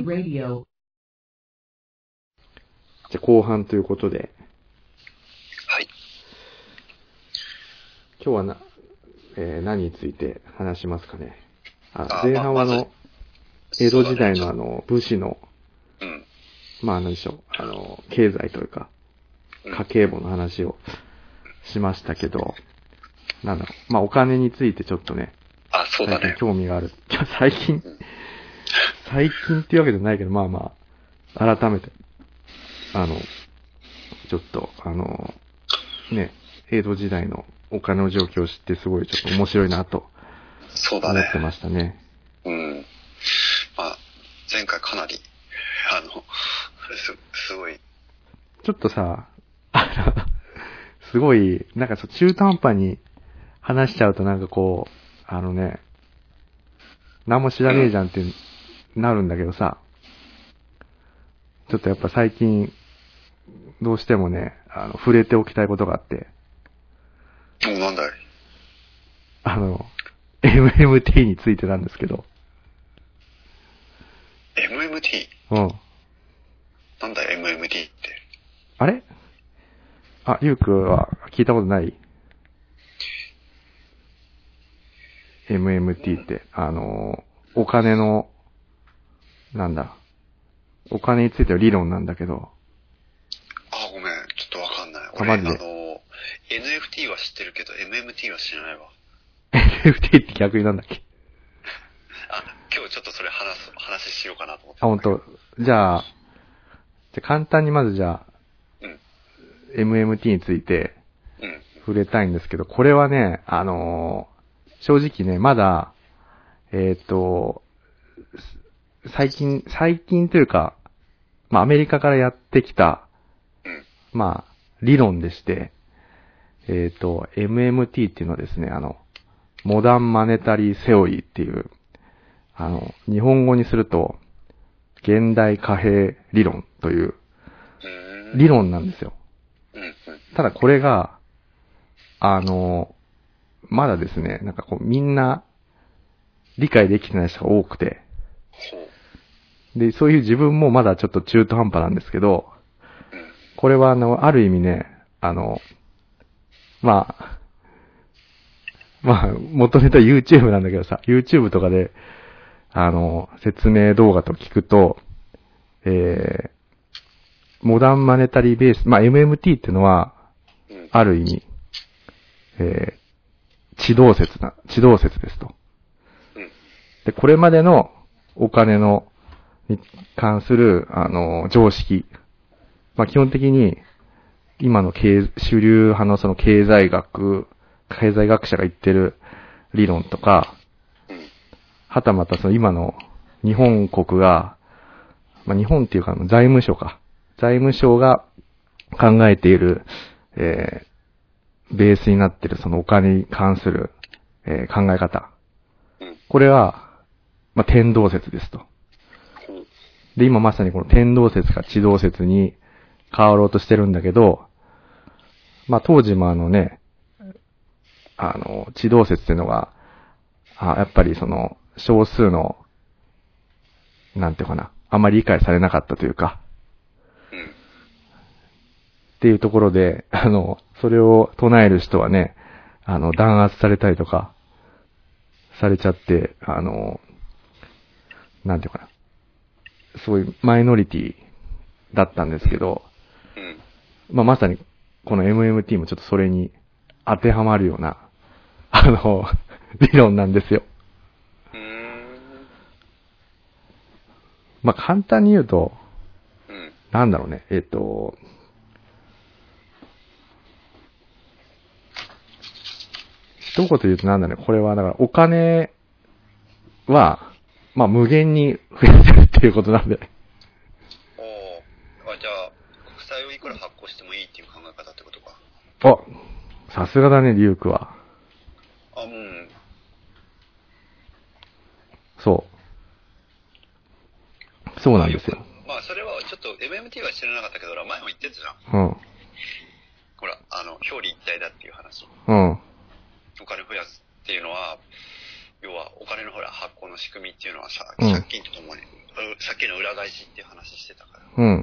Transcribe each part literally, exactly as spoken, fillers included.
Radio。 じゃあ後半ということで。 はい。 今日はな、えー、何について話しますかね。あ、前半はあの、まま、江戸時代のあの、武士の、 うん、 まあ何でしょう、あの、経済というか、家計簿の話をしましたけど、うん、なんだろう、まあお金についてちょっとね、 あ、そうだね。 最近興味がある。最近、うん、最近っていうわけじゃないけど、まあまあ、改めて、あの、ちょっと、あの、ね、江戸時代のお金の状況を知ってすごいちょっと面白いなと思ってましたね。 そうだね。うん。まあ、前回かなり、あの、す、すごい。 ちょっとさ、あの、すごい、なんか中途半端に話しちゃうとなんかこう、あのね、何も知らねえじゃんってなるんだけどさ、ちょっとやっぱ最近、どうしてもね、あの、触れておきたいことがあって。 お、なんだい？ あの、エムエムティー についてなんですけど。 エムエムティー？ うん。 なんだよ エムエムティー って。 あれ？あ、ゆうくは聞いたことない？ エムエムティー って、あの、お金の、なんだ、お金についての理論なんだけど。 あ、ごめん、ちょっとわかんない。 俺、あ、マジで。 あの、エヌエフティー は知ってるけど、エムエムティー は知らないわ。 エヌエフティー って逆になんだっけ？ あ、今日ちょっとそれ話す、話しようかなと思って。 あ、ほんと。じゃあ、じゃ簡単にまずじゃあ、うん、エムエムティー について触れたいんですけど、これはね、あのー、正直ね、まだ、えっと、最近、最近というか、まあアメリカからやってきた、まあ理論でして、えっと、エムエムティー っていうのはですね、あの、モダンマネタリーセオリーっていう、あの、日本語にすると、現代貨幣理論という理論なんですよ。ただこれが、あの、まだですね、なんかこうみんな理解できてない人が多くて、で、そういう自分もまだちょっと中途半端なんですけど、これはあの、ある意味ね、あの、まあ、まあ、元ネタ YouTube なんだけどさ、YouTube とかで、あの、説明動画と聞くと、えー、モダンマネタリーベース、まあ エムエムティー っていうのは、ある意味、えー、地動説な、地動説ですと。で、これまでのお金の、に関する、あの、常識。まあ基本的に、今の経、主流派のその経済学、経済学者が言ってる理論とか、はたまたその今の日本国が、まあ、日本っていうか財務省か。財務省が考えている、えー、ベースになっているそのお金に関する、えー、考え方。これは、まあ、天動説ですと。で、今まさにこの天動説か地動説に変わろうとしてるんだけど、まあ、当時もあのね、あの、地動説っていうのが、あ、やっぱりその、少数の、なんていうかな、あまり理解されなかったというか、うん、っていうところで、あの、それを唱える人はね、あの、弾圧されたりとか、されちゃって、あの、なんていうかな、そういうマイノリティだったんですけど、うんうん、まあ、まさに、この エムエムティー もちょっとそれに当てはまるような、あの、理論なんですよ。まあ、簡単に言うと、うん、なんだろうね、えっと、一言言うとなんだろうね、これはだからお金は、まあ、無限に増えてるっていうことなんで。 おー、あ、じゃあ、国債をいくら発行してもいいっていう考え方ってことか。 あ、さすがだね、リュウクは。 あ、うん。 そう。そうなんですよ。 まあ、それはちょっと エムエムティー は知らなかったけど、前も言ってたじゃん。うん。 ほら、あの、表裏一体だっていう話。 うん。 お金増やすっていうのは、要はお金のほら発行の仕組みっていうのはさ、うん、借金とともにさっきの裏返しっていう話してたから。 うん。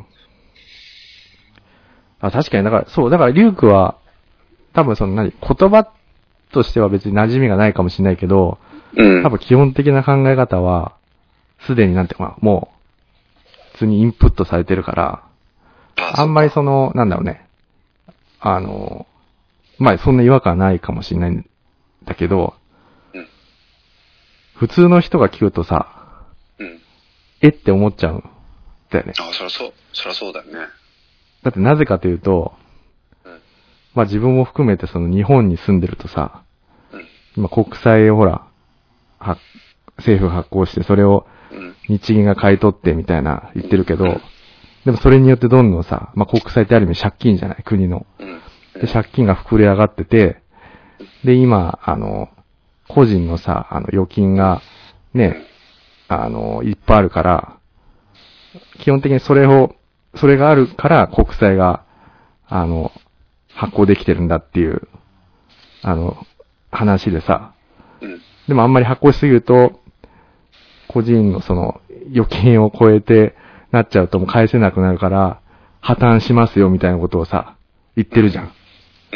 あ、確かに、だから、そう、だから、リュウクは、多分その何、言葉としては別に馴染みがないかもしれないけど、 うん。 多分基本的な考え方は、すでになんていうか、もう、普通にインプットされてるから、あんまりその、なんだろうね、あの、まあ、そんな違和感ないかもしれないんだけど、 うん、 普通の人が聞くとさ、 うん、 えって思っちゃうんだよね。 あ、そりゃそう、そりゃそうだよね。 だってなぜかというと、うん、まあ自分も含めてその日本に住んでるとさ、うん、今国債をほら、は、政府発行してそれを日銀が買い取ってみたいな言ってるけど、うん、でもそれによってどんどんさ、まあ国債ってある意味借金じゃない国の。うんで、借金が膨れ上がってて、で、今、あの、個人のさ、あの、預金が、ね、あの、いっぱいあるから、基本的にそれを、それがあるから国債が、あの、発行できてるんだっていう、あの、話でさ、でもあんまり発行しすぎると、個人のその、預金を超えてなっちゃうともう返せなくなるから、破綻しますよみたいなことをさ、言ってるじゃん。うん。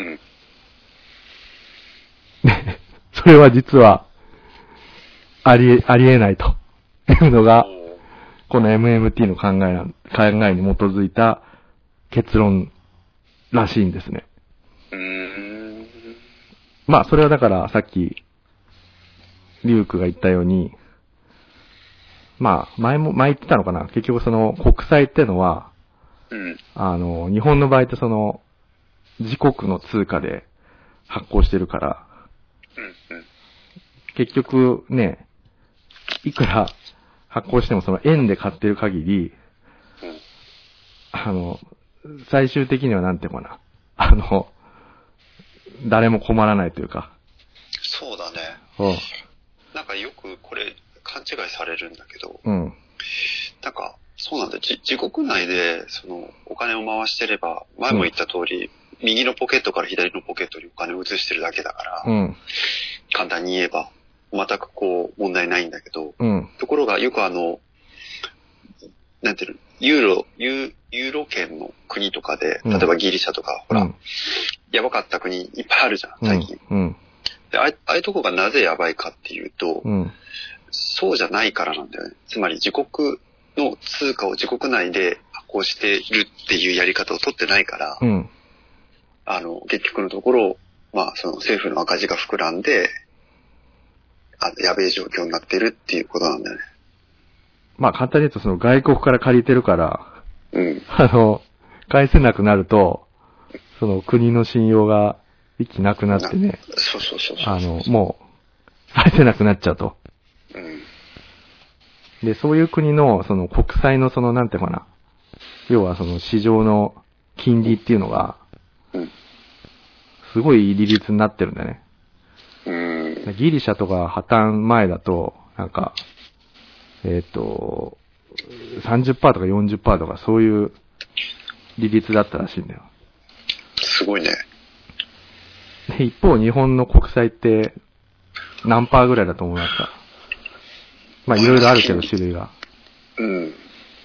それは実は、あり、ありえないというのが、この エムエムティー の考えな、考えに基づいた結論らしいんですね。うーん。まあ、それはだからさっき、リュウクが言ったように、まあ、前も、前言ってたのかな、結局その国債ってのは、うん、あの、日本の場合ってその、自国の通貨で発行してるから、うんうん、結局ね、いくら発行してもその円で買ってる限り、うん、あの、最終的にはなんていうかな、あの、誰も困らないというか。そうだね。うん。なんかよくこれ勘違いされるんだけど、うん。なんか、そうなんだよ。自国内でそのお金を回してれば、前も言った通り、うん右のポケットから左のポケットにお金を移してるだけだから、うん、簡単に言えば全くこう問題ないんだけど、うん、ところがよくあのなんていうのユーロユーユーロ圏の国とかで、例えばギリシャとか、うん、ほらやばかった国いっぱいあるじゃん最近。うんうん、であああいうとこがなぜやばいかっていうと、うん、そうじゃないからなんだよね。つまり自国の通貨を自国内で発行しているっていうやり方を取ってないから。うんあの、結局のところ、まあ、その政府の赤字が膨らんで、あやべえ状況になってるっていうことなんだよね。まあ、簡単に言うと、その外国から借りてるから、うん。あの、返せなくなると、その国の信用が一気なくなってね。そうそうそうそう。あの、もう、返せなくなっちゃうと。うん。で、そういう国の、その国債のその、なんていうかな。要はその市場の金利っていうのが、うん、すごい利率になってるんだよね。うん、ギリシャとか破綻前だと、なんか、えっと、さんじゅっパーセント とか よんじゅっパーセント とかそういう利率だったらしいんだよ。すごいね。で、一方日本の国債って何パーぐらいだと思いますか？まあいろいろあるけど種類が。うん。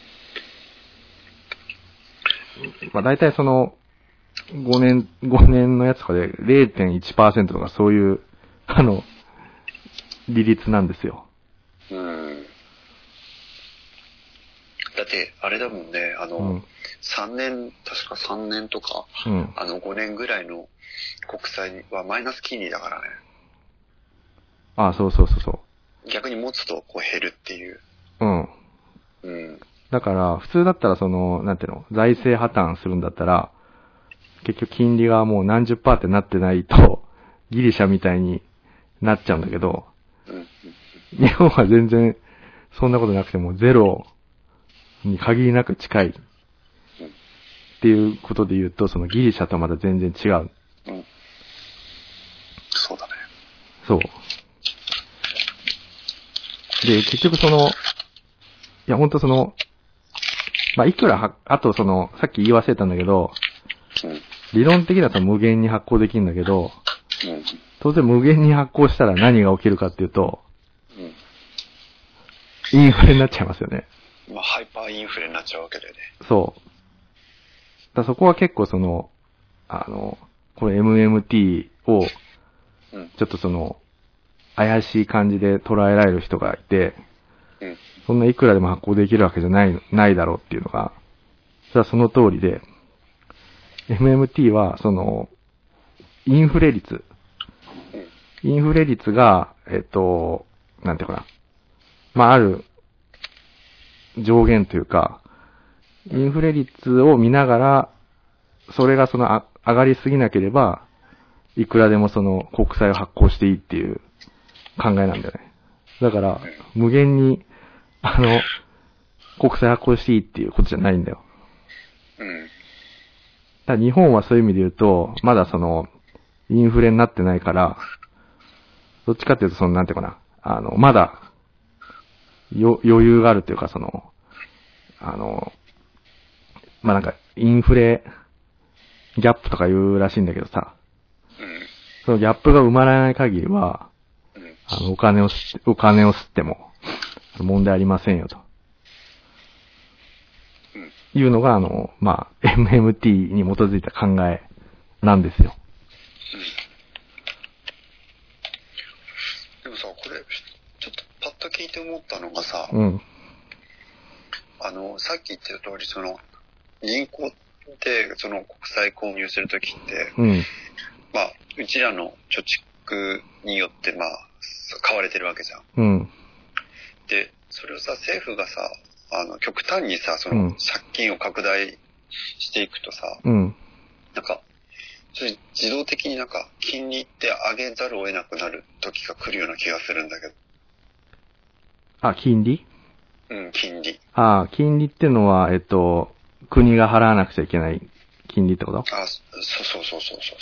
まあ大体その、ごねん、ごねんのやつとかで れいてんいちパーセント とかそういう、あの、利率なんですよ。うん。だって、あれだもんね、あの、うん、さんねん、確かさんねんとか、うん、あのごねんぐらいの国債はマイナス金利だからね。ああ、そうそうそうそう。逆に持つとこう減るっていう。うん。うん。だから、普通だったらその、なんていうの、財政破綻するんだったら、結局金利がもう何十パーってなってないと、ギリシャみたいになっちゃうんだけど、日本は全然そんなことなくてもゼロに限りなく近いっていうことで言うと、そのギリシャとはまた全然違う。うん、そうだね。そう。で、結局その、いやほんとその、まあ、いくらは、あとその、さっき言い忘れたんだけど、うん、理論的には無限に発行できるんだけど、うん、当然無限に発行したら何が起きるかっていうと、うん、インフレになっちゃいますよね。 まあ、ハイパーインフレになっちゃうわけでね。 そう。だそこは結構その、あの、これ エムエムティー を、ちょっとその、怪しい感じで捉えられる人がいて、うん、そんないくらでも発行できるわけじゃない、ないだろうっていうのが、それはその通りで、エムエムティー は、その、インフレ率、インフレ率が、えっと、なんていうかな、まあ、ある上限というか、インフレ率を見ながら、それがそのあ上がりすぎなければ、いくらでもその国債を発行していいっていう考えなんだよね。だから、無限に、あの、国債発行していいっていうことじゃないんだよ。うん。だから日本はそういう意味で言うと、まだその、インフレになってないから、どっちかっていうとその、なんていうかな、あの、まだ、よ、余裕があるっていうかその、あの、まあ、なんか、インフレ、ギャップとか言うらしいんだけどさ、うん、そのギャップが埋まらない限りは、うん、あの、お金を吸って、お金を吸っても、問題ありませんよと。うん、いうのが、あの、まあ、エムエムティー に基づいた考えなんですよ。 うん、でもさ、これ、ちょっとパッと聞いて思ったのがさ、 うん、 あの、さっき言ってた通り、その、銀行で、その国債購入するときって、うん、まあ、うちらの貯蓄によって、まあ、買われてるわけじゃん。うん、で、それをさ、政府がさ、あの、極端にさ、その、借金を拡大していくとさ、うん、なんか、それ自動的になんか、金利って上げざるを得なくなる時が来るような気がするんだけど。 あ、金利？ うん、金利。 ああ、金利ってのは、えっと、国が払わなくちゃいけない金利ってこと？あ、 そうそうそうそうそう。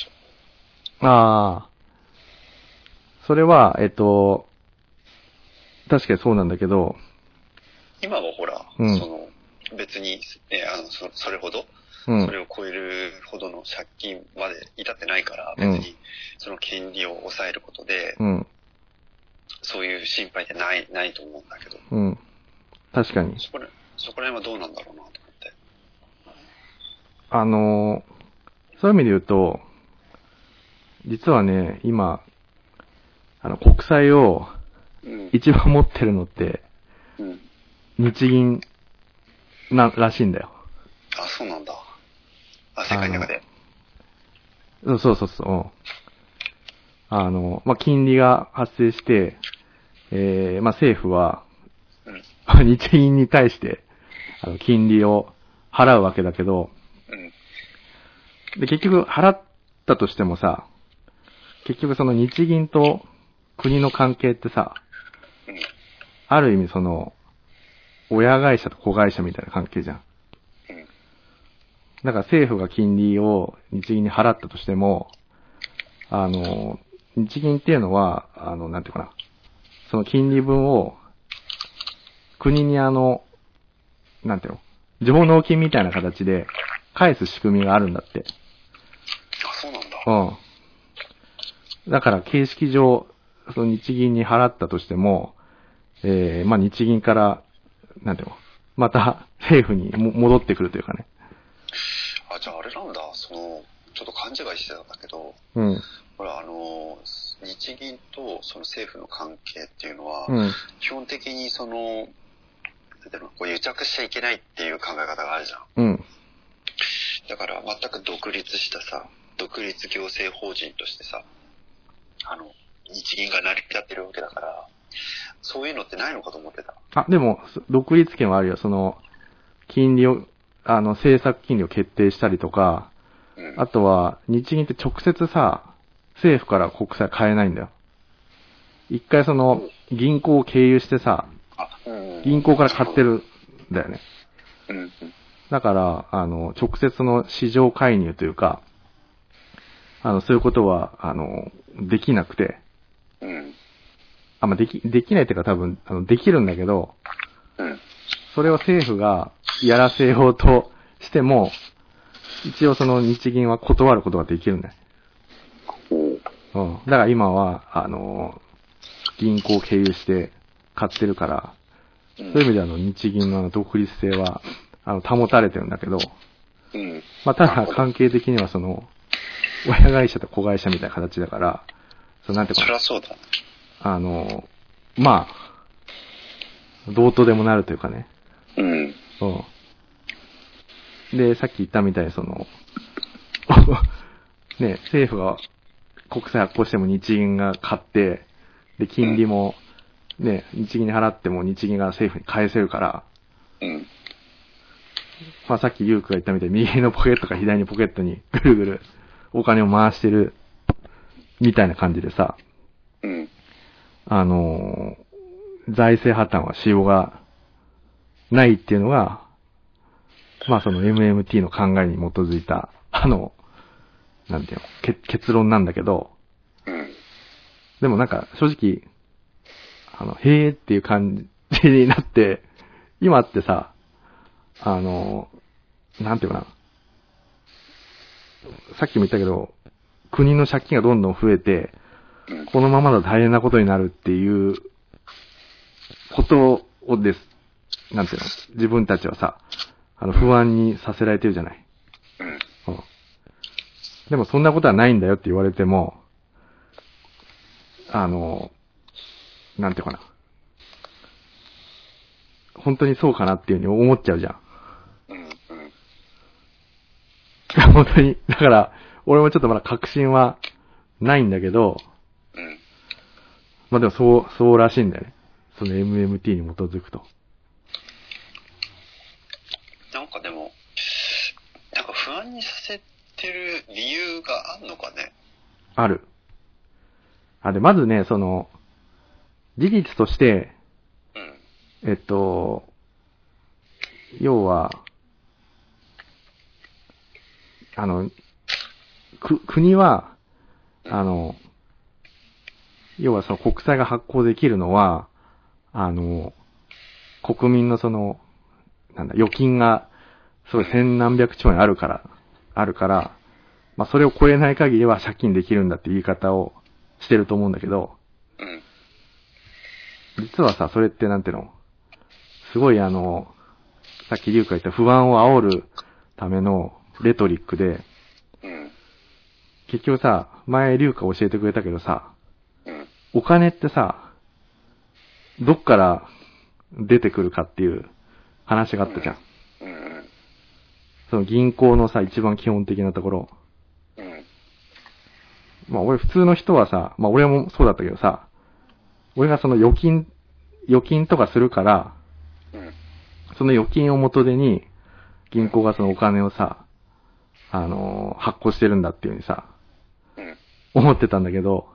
ああ。それは、えっと、確かにそうなんだけど、 今はほら、うん、その、別に、ね、あの、そ、それほど、うん、それを超えるほどの借金まで至ってないから、別に、その金利を抑えることで、うん、そういう心配ってない、ないと思うんだけど。 うん。確かに。 そこら、そこら辺はどうなんだろうなと思って。 あの、そういう意味で言うと、実はね、今、あの、国債を一番持ってるのって、うん、日銀な、らしいんだよ。 あ、そうなんだ。あ、世界の中で。 そうそうそう。あの、まあ、金利が発生して、えー、まあ、政府は、うん、日銀に対して、あの、金利を払うわけだけど、うん、で、結局払ったとしてもさ、結局その日銀と国の関係ってさ、うん、ある意味その、親会社と子会社みたいな関係じゃん。うん、だから政府が金利を日銀に払ったとしても、あの、日銀っていうのは、あの、なんていうかな、その金利分を国にあの、なんていうの、上納金みたいな形で返す仕組みがあるんだって。 あ、そうなんだ。 うん。だから形式上、その日銀に払ったとしても、えー、まあ日銀から、なんていうの、また政府にも戻ってくるというかね。 あ、じゃああれなんだ、その、ちょっと勘違いしてたんだけど、 うん。 ほら、あの、日銀とその政府の関係っていうのは、 うん、 基本的にその、例えばこう癒着しちゃいけないっていう考え方があるじゃん。 うん。 だから全く独立したさ、独立行政法人としてさ、あの、日銀が成り立ってるわけだから、そういうのってないのかと思ってた。 あ、でも、独立権はあるよ。その、金利を、あの、政策金利を決定したりとか、うん、あとは、日銀って直接さ、政府から国債買えないんだよ。一回その、銀行を経由してさ、銀行から買ってるんだよね。だから、あの、直接の市場介入というか、あの、そういうことは、あの、できなくて、あ、まあ、でき、できないっていうか多分、あの、できるんだけど、それを政府がやらせようとしても、一応その日銀は断ることができるんだよ。うん。だから今は、あの、銀行を経由して買ってるから、 そういう意味であの日銀のあの独立性はあの保たれてるんだけど、 うん、 まあただ関係的にはその親会社と子会社みたいな形だから、そのなんていうか、 そりゃそうだ。 あのまあどうとでもなるというかね。 うん。 そう。でさっき言ったみたいにそのね政府が国債発行しても日銀が買って、で金利もね、日銀に払っても日銀が政府に返せるから、 うん、 まあさっきユウクが言ったみたいに右のポケットか左のポケットにぐるぐるお金を回してるみたいな感じでさ、 うん、 あのー、財政破綻はしようがないっていうのが、まあその エムエムティー の考えに基づいた、あの、なんていうの、結論なんだけど、 うん、 でもなんか正直、あの、へーっていう感じになって、今ってさ、あの、なんていうかな。さっきも言ったけど、国の借金がどんどん増えて、このままだと大変なことになるっていうことをです。なんていうの、自分たちはさ、あの、不安にさせられてるじゃない。うん。でもそんなことはないんだよって言われても、あの、なんていうかな。本当にそうかなっていうふうに思っちゃうじゃん。 うんうん、 本当に。だから、俺もちょっとまだ確信はないんだけど、 うん、 まあでもそう、そうらしいんだよね。その エムエムティー に基づくと。 なんかでも、なんか不安にさせてる理由があるのかね。 ある。あ、で、まずね、その、事実として、 うん、 えっと、要は、あの、く、国は、あの、要はその国債が発行できるのは、あの、国民のその、なんだ、預金が、すごい千何百兆円あるから、あるから、まあそれを超えない限りは借金できるんだって言い方をしてると思うんだけど、 うん、 実はさ、それってなんていうの、すごいあの、さっきリュウが言った不安を煽るためのレトリックで、 うん、 結局さ、前リュウが教えてくれたけどさ、 うん、 お金ってさ、どっから出てくるかっていう話があったじゃん。 うんうん、 その銀行のさ、一番基本的なところ。 うん、 まあ俺普通の人はさ、まあ俺もそうだったけどさ、俺がその預金、預金とかするから、 うん、 その預金を元手に、銀行がそのお金をさ、あのー、発行してるんだっていう風にさ、 うん、 思ってたんだけど、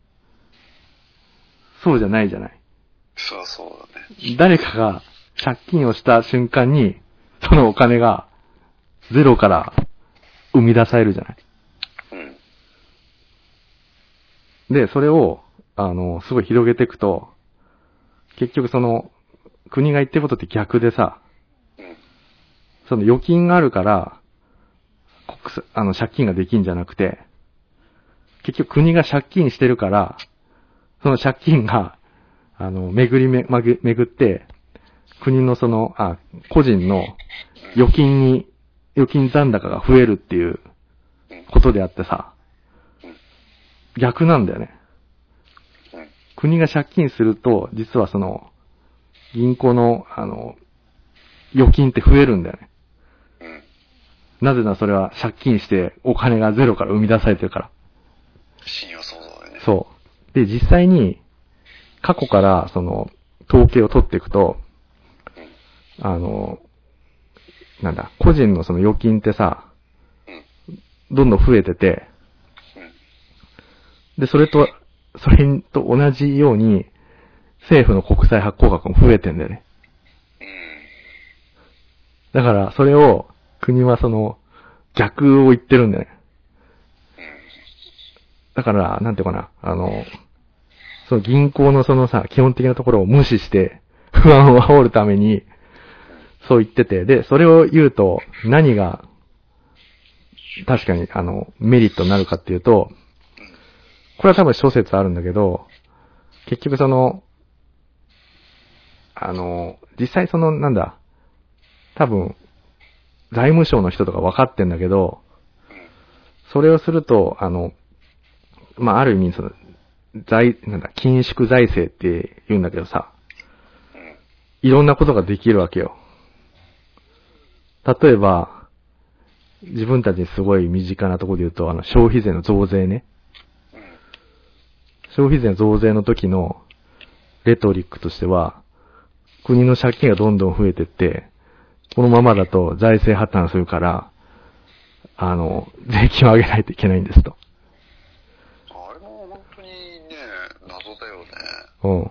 そうじゃないじゃない。 そうそうだね。 誰かが借金をした瞬間に、そのお金がゼロから生み出されるじゃない。 うん、 で、それを、あの、すごい広げていくと、結局その、国が言ってることって逆でさ、 うん、 その預金があるから、国債、あの、借金ができんじゃなくて、結局国が借金してるから、その借金が、あの、巡りめ、まぐ、巡って、国のその、あ、個人の預金に、預金残高が増えるっていうことであってさ、逆なんだよね。国が借金すると、実はその、銀行の、あの、預金って増えるんだよね。なぜならそれは借金してお金がゼロから生み出されてるから。 信用創造だよね。 そう。で、実際に、過去からその、統計を取っていくと、あの、なんだ、個人のその預金ってさ、どんどん増えてて、で、それと、それと同じように、政府の国債発行額も増えてんだよね。だから、それを、国はその、逆を言ってるんだよね。だから、なんていうかな、あの、その銀行のそのさ、基本的なところを無視して、不安を煽るために、そう言ってて、で、それを言うと、何が、確かに、あの、メリットになるかっていうと、これは多分諸説あるんだけど、結局その、 あの、実際その、なんだ、多分、財務省の人とか分かってんだけど、それをすると、あの、まあ、ある意味、その、財、なんだ、緊縮財政って言うんだけどさ、いろんなことができるわけよ。例えば、自分たちにすごい身近なところで言うと、あの、消費税の増税ね。消費税の増税の時のレトリックとしては、国の借金がどんどん増えてって、このままだと財政破綻するから、あの、税金を上げないといけないんですと。 あれも本当にね、謎だよね。 うん。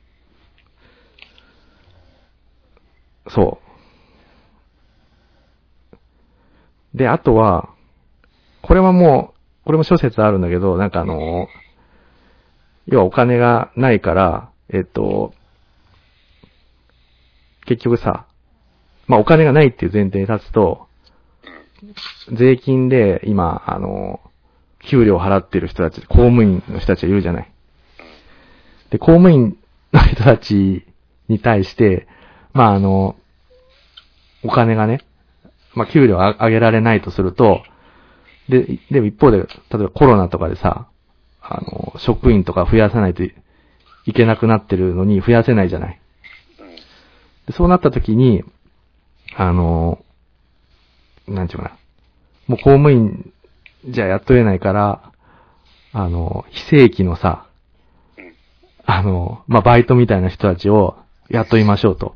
そう。で、あとは、これはもう、これも諸説あるんだけど、なんかあの、要はお金がないから、えっと、結局さ、まあお金がないっていう前提に立つと、税金で今、あの、給料を払ってる人たち、公務員の人たちがいるじゃない。で、公務員の人たちに対して、まああの、お金がね、まあ給料を上げられないとすると、で、でも一方で、例えばコロナとかでさ、あの、職員とか増やさないといけなくなってるのに増やせないじゃない。でそうなった時に、あの、なんていうかな。もう公務員じゃ雇えないから、あの、非正規のさ、あの、まあ、バイトみたいな人たちを雇いましょうと。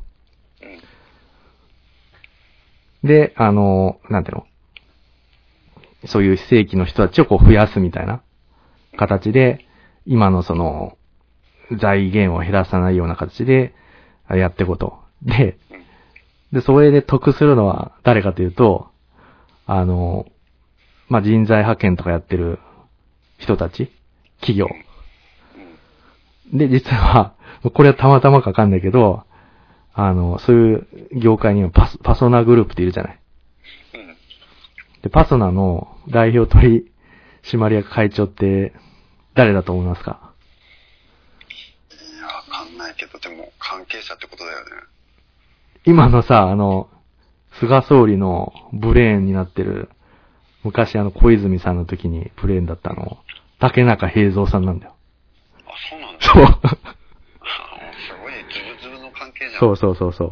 で、あの、なんていうの、そういう非正規の人たちをこう増やすみたいな形で、今のその、財源を減らさないような形でやっていこうと。で、で、それで得するのは誰かというと、あの、まあ、人材派遣とかやってる人たち、企業。で、実は、これはたまたまかわかんないけど、あの、そういう業界にはパス、パソナグループっているじゃない。で、パソナの代表取締役会長って誰だと思いますか？ いや、わかんないけど、でも関係者ってことだよね。 今のさ、あの、菅総理のブレーンになってる、昔あの小泉さんの時にブレーンだったの、竹中平蔵さんなんだよ。 あ、そうなんだ。 そう。 すごいズブズブの関係じゃん。 そうそうそうそう。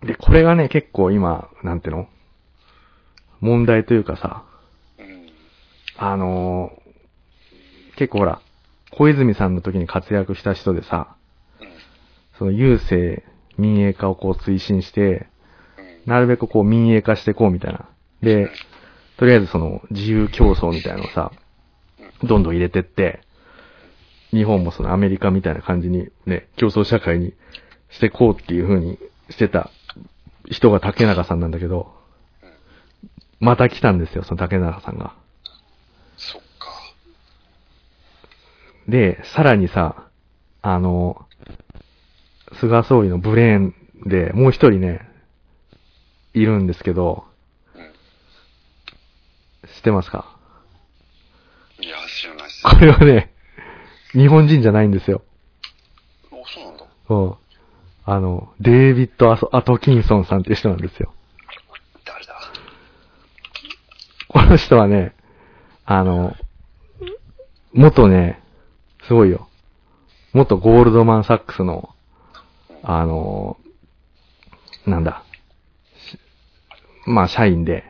で、これがね、結構今、なんていうの？問題というかさ、うん、あのー、結構ほら、小泉さんの時に活躍した人でさ、うん、その郵政民営化をこう推進して、なるべくこう民営化していこうみたいな。で、とりあえずその自由競争みたいなのをさ、どんどん入れてって、日本もそのアメリカみたいな感じにね、競争社会にしていこうっていう風にしてた人が竹中さんなんだけど、また来たんですよ、その竹中さんが。 そっか。 で、さらにさ、あの、菅総理のブレーンでもう一人ね、いるんですけど、うん、知ってますか？ いや、知らないです。 これはね、日本人じゃないんですよ。 あ、そうなんだ。 うん。あの、デイビッド・アソ・アトキンソンさんっていう人なんですよ。 誰だ？ この人はね、あの、元ね、すごいよ。元ゴールドマン・サックスの、あの、なんだ、まあ、社員で、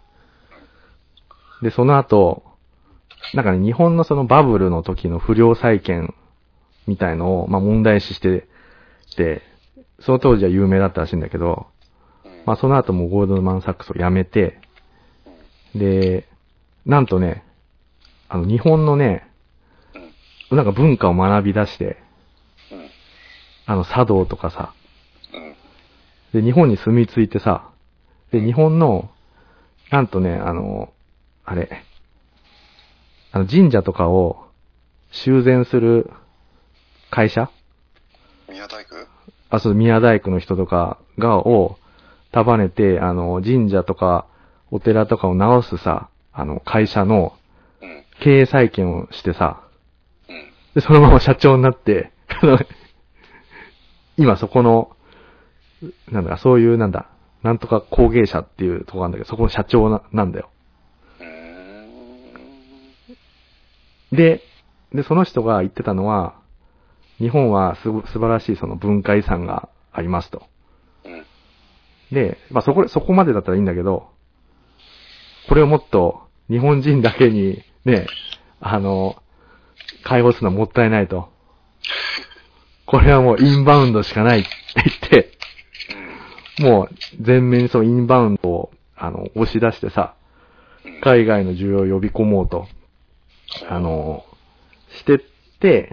で、その後、なんかね、日本のそのバブルの時の不良債権みたいのを、まあ、問題視してて、その当時は有名だったらしいんだけど、まあ、その後もゴールドマン・サックスを辞めて、で、なんとね、あの、日本のね、なんか文化を学び出して、あの、茶道とかさ、で、日本に住み着いてさ、で、日本の、なんとね、あの、あれ、あの、神社とかを修繕する会社？ 宮大工？ あ、そう、宮大工の人とかが、を束ねて、あの、神社とか、お寺とかを直すさ、あの、会社の、経営再建をしてさ、で、そのまま社長になって、 今そこの、なんだか、そういう、なんだ、なんとか工芸社っていうところなんだけど、そこの社長な、なんだよ。で、で、その人が言ってたのは、日本はすご、素晴らしいその文化遺産がありますと。で、まあそこ、そこまでだったらいいんだけど、これをもっと日本人だけにね、あの、開放するのはもったいないと。これはもうインバウンドしかないって言って、もう全面にそのインバウンドをあの押し出してさ、海外の需要を呼び込もうと、あの、してって、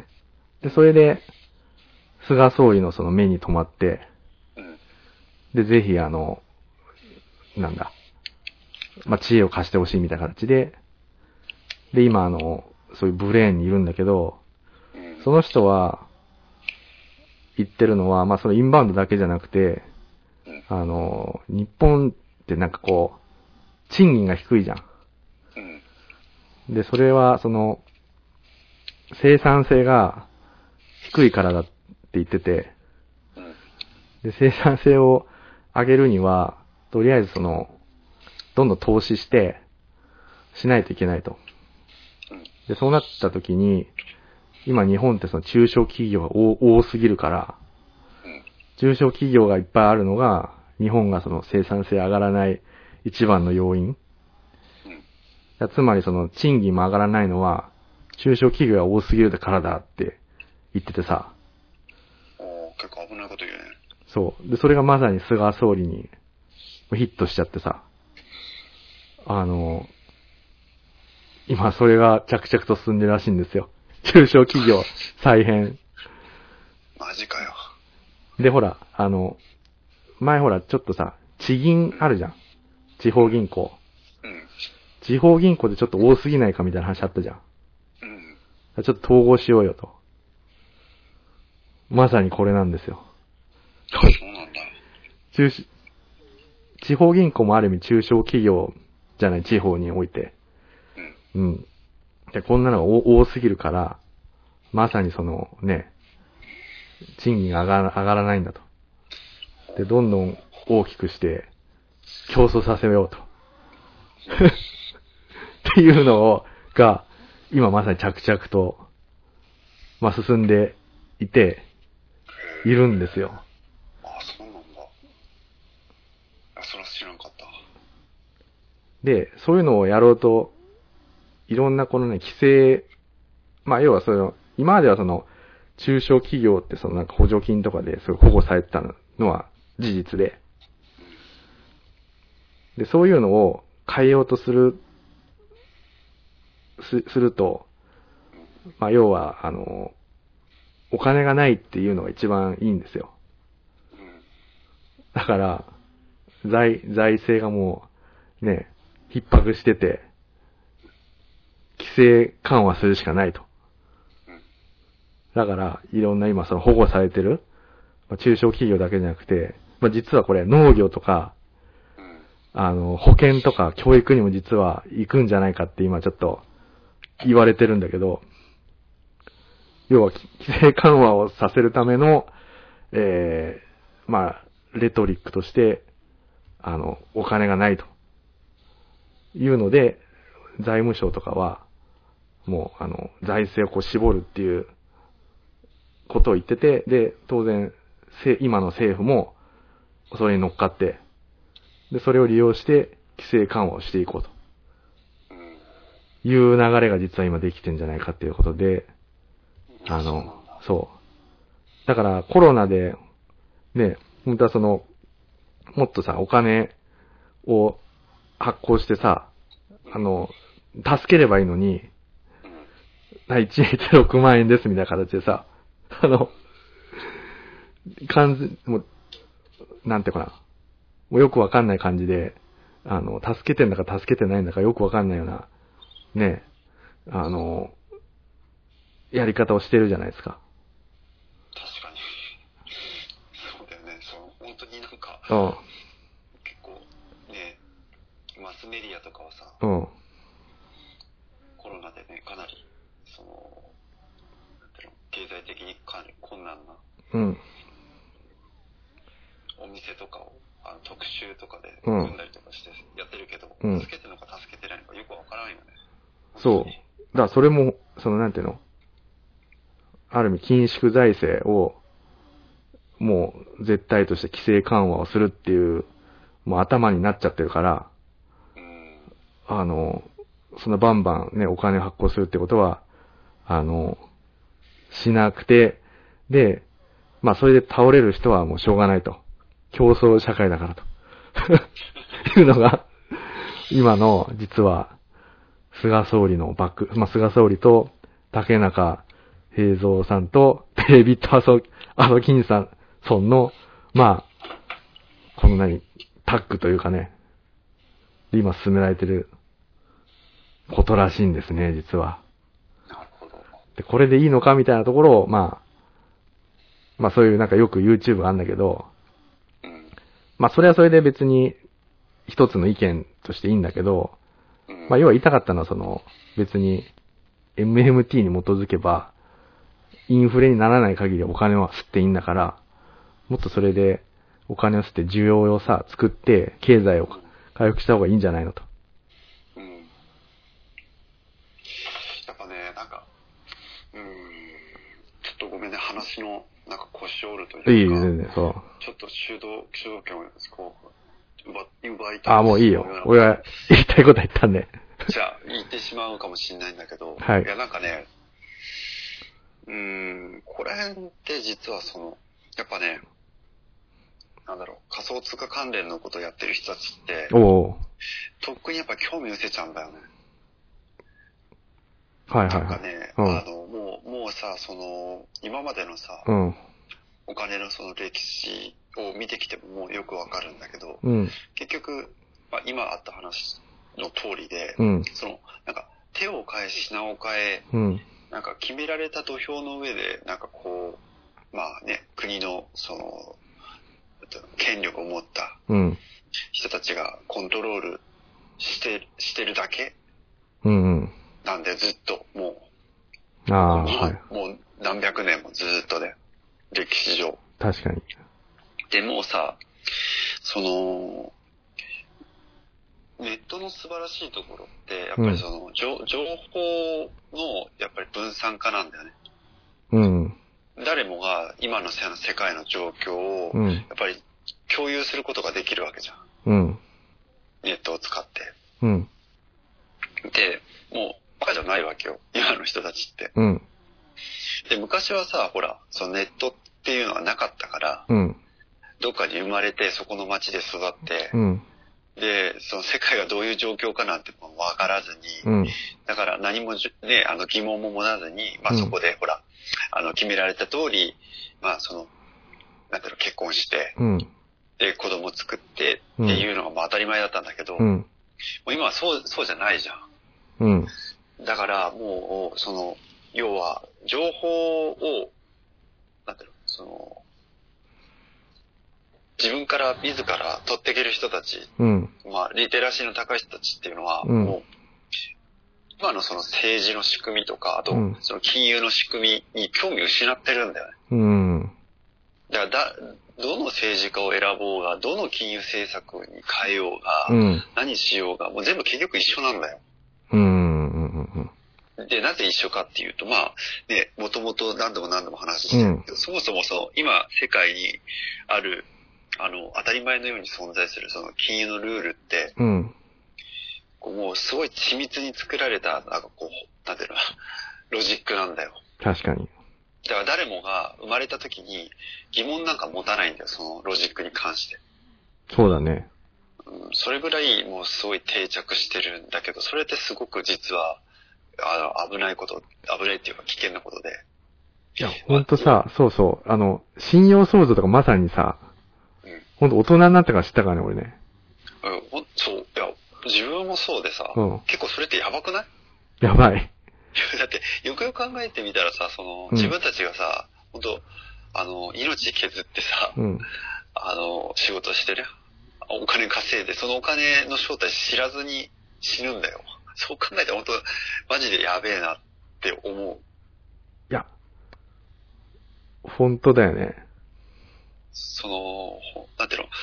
で、それで、菅総理のその目に留まって、で、ぜひあの、なんだ、まあ、知恵を貸してほしいみたいな形で、で、今あの、そういうブレーンにいるんだけど、その人は、言ってるのは、まあ、そのインバウンドだけじゃなくて、あの、日本ってなんかこう、賃金が低いじゃん。で、それは、その、生産性が低いからだって言ってて、で、生産性を上げるには、とりあえずその、どんどん投資して、しないといけないと。で、そうなった時に、今日本ってその中小企業が多すぎるから、中小企業がいっぱいあるのが、日本がその生産性上がらない一番の要因。つまりその賃金も上がらないのは、中小企業が多すぎるからだって言っててさ。 おー、結構危ないこと言うね。 そう。で、それがまさに菅総理にヒットしちゃってさ。あの、今それが着々と進んでるらしいんですよ。中小企業再編。 マジかよ。 で、ほら、あの、前ほら、ちょっとさ、地銀あるじゃん。地方銀行。うん。地方銀行でちょっと多すぎないかみたいな話あったじゃん。うん。ちょっと統合しようよと。まさにこれなんですよ。 そうなんだ。 中、地方銀行もある意味中小企業じゃない、地方において。うん。うん。で、こんなのが多すぎるから、まさにそのね、賃金が上がら、上がらないんだと。で、どんどん大きくして、競争させようと。っていうのを、が、今まさに着々と、まあ、進んでいて、いるんですよ。 ああ、そうなんだ。あ、それは知らんかった。 で、そういうのをやろうと、いろんなこのね、規制、まあ、要はその、今まではその、中小企業ってそのなんか補助金とかで、それ保護されてたのは事実で、で、そういうのを変えようとする、す、すると、まあ、要は、あの、お金がないっていうのが一番いいんですよ。だから、財、財政がもう、ね、逼迫してて、規制緩和するしかないと。だから、いろんな今その保護されてる、まあ、中小企業だけじゃなくて、まあ、実はこれ農業とか、あの、保険とか教育にも実は行くんじゃないかって今ちょっと言われてるんだけど、要は規制緩和をさせるための、えー、まあ、レトリックとして、あの、お金がないというので、財務省とかは、もう、あの、財政をこう絞るっていうことを言ってて、で、当然、今の政府も、それに乗っかって、で、それを利用して、規制緩和をしていこうと。いう流れが実は今できてんじゃないかっていうことで、あの、そう。だからコロナで、ね、本当はその、もっとさ、お金を発行してさ、あの、助ければいいのに、いちにちろくまん円ですみたいな形でさ、あの、完全、もう、なんていうかな、もうよくわかんない感じで、あの、助けてんだか助けてないんだかよくわかんないような、ね、あの、やり方をしてるじゃないですか。 確かに。そうだよね。そう、本当になんか、 うん、 結構、ね、マスメディアとかはさ、 うん、 コロナでね、かなり、その、なんていうの、経済的にかなり困難な、 うん、 店とかをあの特集とかで組んだりとかしてやってるけど、うん、助けてるのか助けてないのかよくわからんよね。 そう。だからそれも、そのなんていうの、ある意味緊縮財政を、もう絶対として規制緩和をするっていう、もう頭になっちゃってるから、 うん、 あの、そのバンバンね、お金発行するってことは、あの、しなくて、で、まあそれで倒れる人はもうしょうがないと。競争社会だからと。いうのが、今の実は、菅総理のバック、まあ菅総理と竹中平蔵さんとデイビッド・アソ、アソキンさん、ソンの、まあ、この何、タッグというかね、今進められてることらしいんですね、実は。 なるほど。 で、これでいいのかみたいなところを、まあ、まあそういうなんかよく YouTube があるんだけど、 うん、 まあそれはそれで別に一つの意見としていいんだけど、 うん、 まあ要は言いたかったのはその別に エムエムティー に基づけばインフレにならない限りお金は吸っていいんだから、もっとそれでお金を吸って需要をさ、作って経済を回復した方がいいんじゃないのと。 うん。やっぱね、なんか、うーん、ちょっとごめんね、話のなんか腰折るというか、 いい全然そう。 ちょっと主導、主導権をこう奪、奪いたい。 ああ、もういいよ。俺は言いたいことは言ったんで。 じゃあ、言ってしまうかもしれないんだけど、 はい。 いや、なんかね、うーん、これって実はその、やっぱね、なんだろう、仮想通貨関連のことをやってる人たちって、 おとっくにやっぱ興味失せちゃうんだよね。 はいはいはい。 なんかね、うん、あの、もう、もうさ、その、今までのさ、 うん、 お金のその歴史を見てきてももうよくわかるんだけど、 うん、 結局、まあ、今あった話の通りで、 うん、 その、なんか、手を変え、品を変え、 うん、 なんか決められた土俵の上で、なんかこう、まあね、国の、その、権力を持った人たちがコントロールして、してるだけなんで、ずっともう、 ああ、はい、 もう何百年もずっとね、歴史上。 確かに。 でもさ、その、ネットの素晴らしいところって、やっぱりその、うん、情, 情報のやっぱり分散化なんだよね。 うん。 誰もが今の世界の状況を、うん、やっぱり共有することができるわけじゃん。 うん。 ネットを使って。 うん。 で、もう、バカじゃないわけよ。今の人たちって。 うん。 で、昔はさ、ほら、そのネットっていうのがなかったから、 うん。 どっかに生まれて、そこの町で育って、 うん。 で、その世界がどういう状況かなんてもわからずに、 うん、 だから何もね、あの疑問も持たずに、まあそこでほら、あの決められた通り、まあその、なんだろう、結婚して、 うん、 で、子供作ってっていうのがまあ当たり前だったんだけど、 うん、もう今はそう、そうじゃないじゃん。 うん。 だからもう、その、要は、情報を、なんだろう、その、自分から自ら取っていける人たち、 うん、 まあ、リテラシーの高い人たちっていうのは、 うん、 もう、今のその政治の仕組みとか、あと、その金融の仕組みに興味を失ってるんだよね。 うん。 だからだ、どの政治家を選ぼうが、どの金融政策に変えようが、 うん、 何しようが、もう全部結局一緒なんだよ。 うん、 で、なぜ一緒かっていうと、まあ、ね、もともと何度も何度も話してるけど、うん、そもそもその、今、世界にある、あの、当たり前のように存在するその金融のルールって、 うん、 こうもうすごい緻密に作られた、なんかこう、なんていうの、ロジックなんだよ。 確かに。 だから誰もが生まれた時に疑問なんか持たないんだよ、そのロジックに関して。 そうだね。 うん、それぐらいもうすごい定着してるんだけど、それってすごく実は、あの、危ないこと、危ないっていうか危険なことで。 いや、ほんとさ、そうそう、あの、信用創造とかまさにさ、うん、ほんと大人になってから知ったからね、俺ね。 うん、そう、いや、自分もそうでさ、うん、結構それってやばくない？ やばい。 だって、よくよく考えてみたらさ、その、自分たちがさ、うん、ほんと、あの、命削ってさ、うん、あの、仕事してる。お金稼いで、そのお金の正体知らずに死ぬんだよ。そう考えたら本当、マジでやべえなって思う。 いや、本当だよね。 その、なんていうの、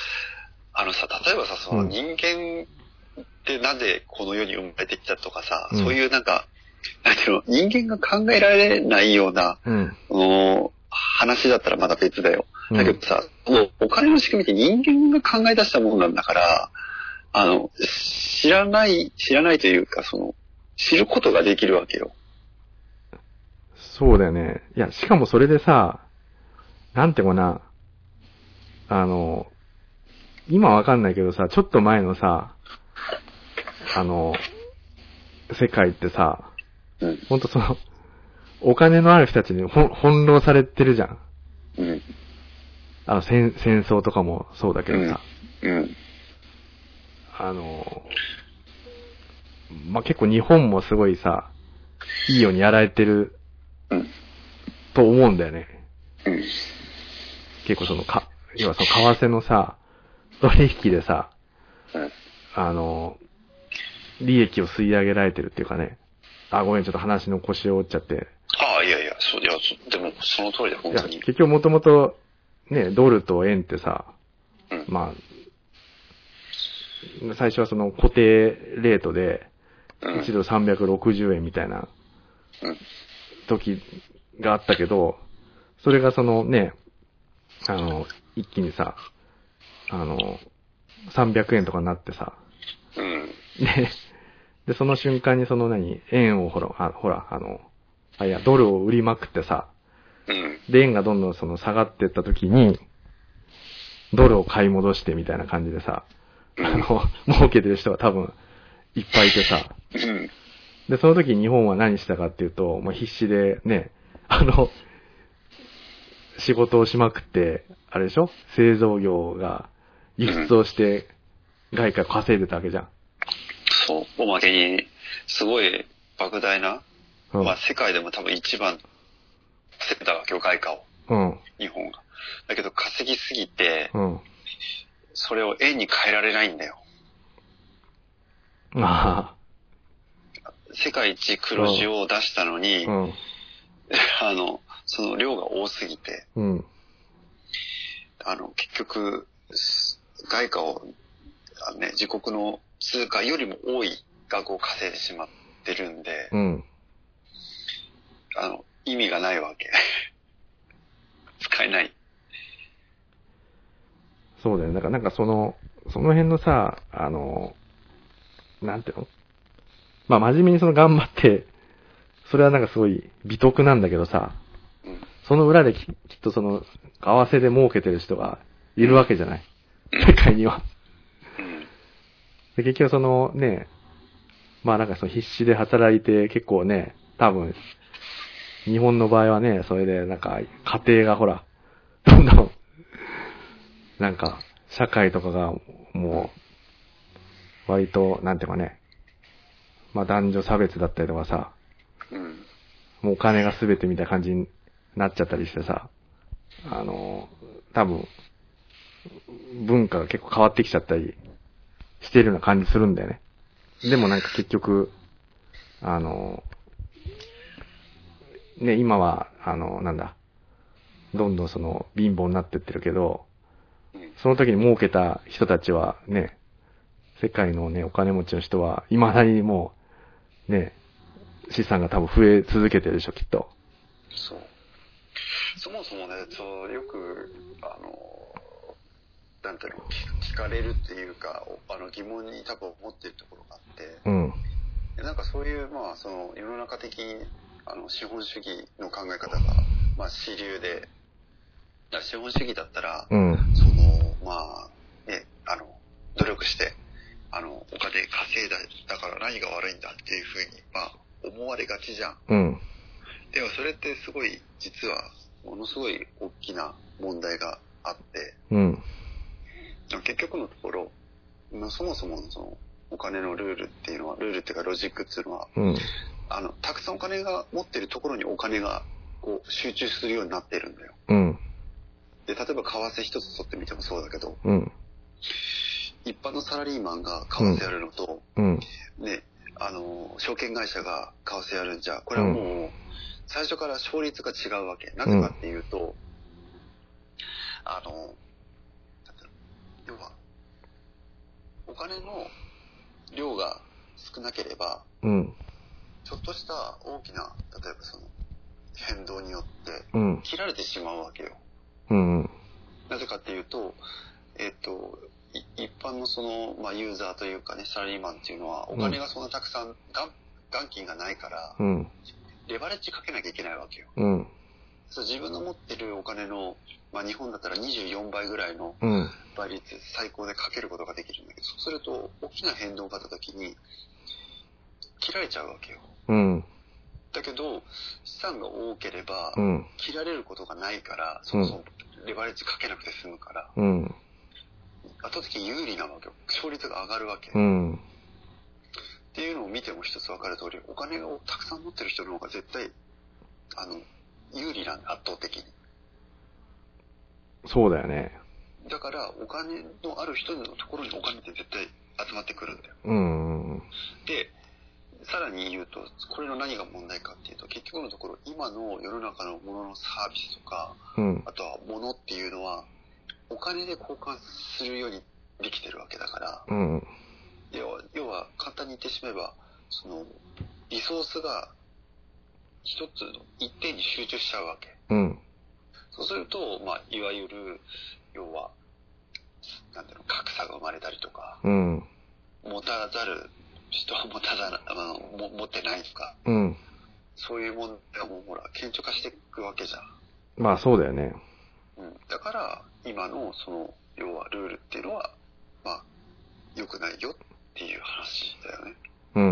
さ、例えばさ、その人間ってなぜこの世に生まれてきたとかさ、うん、そういうなんか、なんていうの、人間が考えられないような、うん、の話だったらまだ別だよ。だけどさ、うん、お金の仕組みって人間が考え出したものなんだから、あの、知らない、知らないというか、その、知ることができるわけよ。 そうだよね。いや、しかもそれでさ、なんていうかな、あの、今わかんないけどさ、ちょっと前のさ、あの、世界ってさ、うん、ほんとその、お金のある人たちに翻弄されてるじゃん。うん、あの戦、戦争とかもそうだけどさ。うんうん、あの、まあ、結構日本もすごいさ、いいようにやられてる、と思うんだよね。うん、結構そのか、要はその為替のさ、取引でさ、うん、あの、利益を吸い上げられてるっていうかね。あ、ごめん、ちょっと話の腰を折っちゃって。 ああ、いやいや、そう、いや、でも、その通りだ、本当に。 いや、結局もともと、ね、ドルと円ってさ、うん、まあ、最初はその固定レートで、いちドルさんびゃくろくじゅうえんみたいな、時があったけど、それがそのね、あの、一気にさ、あの、さんびゃくえんとかになってさ、うん、で、で、その瞬間にその何、円をほら、あほら、あの、あ、いや、ドルを売りまくってさ、うん、で、円がどんどんその下がっていった時に、ドルを買い戻してみたいな感じでさ、うん、あの、儲けてる人が多分、いっぱいいてさ、うん、で、その時日本は何したかっていうと、もう必死でね、あの、仕事をしまくって、あれでしょ？製造業が輸出をして外貨稼いでたわけじゃん。 そう、おまけに、すごい莫大な、うん、まあ世界でも多分一番稼いだわけよ、外貨を。うん。日本が。だけど稼ぎすぎて、うん、それを円に変えられないんだよ。ああ。世界一黒字を出したのに、うん、あの、その量が多すぎて、うん、あの、結局、外貨を、あのね、自国の通貨よりも多い額を稼いでしまってるんで、うん、あの、意味がないわけ。使えない。 そうだよね。だからなんかその、その辺のさ、あの、なんていうの？まあ真面目にその頑張って、それはなんかすごい美徳なんだけどさ、うん、その裏で き, きっとその、為替で儲けてる人がいるわけじゃない。うん、世界には。うん、で結局そのね、まあなんかその必死で働いて結構ね、多分、日本の場合はね、それでなんか家庭がほら、どんどん、なんか社会とかがもう、割と、なんていうかね、まあ男女差別だったりとかさ、うん、もうお金が全てみたいな感じになっちゃったりしてさ、あの、多分、文化が結構変わってきちゃったりしてるような感じするんだよね。でもなんか結局、あの、ね、今は、あの、なんだ、どんどんその貧乏になってってるけど、その時に儲けた人たちはね、世界のね、お金持ちの人は、未だにもう、ね、資産が多分増え続けてるでしょ、きっと。 そう。そもそもね、そう、よく、あの、なんていうの、聞かれるっていうか、あの疑問に多分思ってるところがあって、うん。なんかそういう、まあ、その、世の中的に、あの、資本主義の考え方が、まあ、主流で、資本主義だったら、うん、その、まあ、ね、あの、努力して、あの、お金稼いだ、だから何が悪いんだっていうふうに、まあ、思われがちじゃん。うん。でもそれってすごい、実は、ものすごい大きな問題があって、うん。結局のところ、まあ、そもそもその、お金のルールっていうのは、ルールっていうかロジックっていうのは、うん、あの、たくさんお金が持ってるところにお金が、こう、集中するようになってるんだよ。うん。で、例えば為替一つ取ってみてもそうだけど、うん、一般のサラリーマンが為替やるのと、うん、ね、あの、証券会社が為替やるんじゃ、これはもう、最初から勝率が違うわけ。なぜかっていうと、あの、要は、 金の量が少なければ、 うん、 ちょっとした大きな、例えばその変動によって切られてしまうわけよ。 うんうん、 なぜかっていうと、えっと、一般のその、まあ、ユーザーというかね、サラリーマンっていうのは、お金がそんなたくさん、元金がないから、うん、レバレッジかけなきゃいけないわけよ。うん、そう自分の持ってるお金の、まあ、日本だったらにじゅうよんばいぐらいの倍率、最高でかけることができるんだけど、そうすると、大きな変動があった時に、切られちゃうわけよ。うん、だけど、資産が多ければ、切られることがないから、そもそもレバレッジかけなくて済むから、うん、圧倒的に有利なわけよ。勝率が上がるわけ。うん、っていうのを見ても一つ分かる通り、お金をたくさん持ってる人の方が絶対、あの、有利なんだ、圧倒的に。 そうだよね。 だから、お金のある人のところにお金って絶対集まってくるんだよ。 うん、 で、さらに言うと、これの何が問題かっていうと、結局のところ、今の世の中のもののサービスとか、うん、あとは物っていうのは、お金で交換するようにできてるわけだから、うん、要は、要は簡単に言ってしまえば、その、リソースが一つの一点に集中しちゃうわけ。うん、そうすると、まあ、いわゆる、要は、なんていうの、格差が生まれたりとか、うん、持たざる人は持たざる、あの、も持ってないとか、うん、そういう問題がもうほら、顕著化していくわけじゃん。 まあそうだよね。 うん、だから、今のその、要はルールっていうのは、まあ、良くないよっていう話だよね。 うん。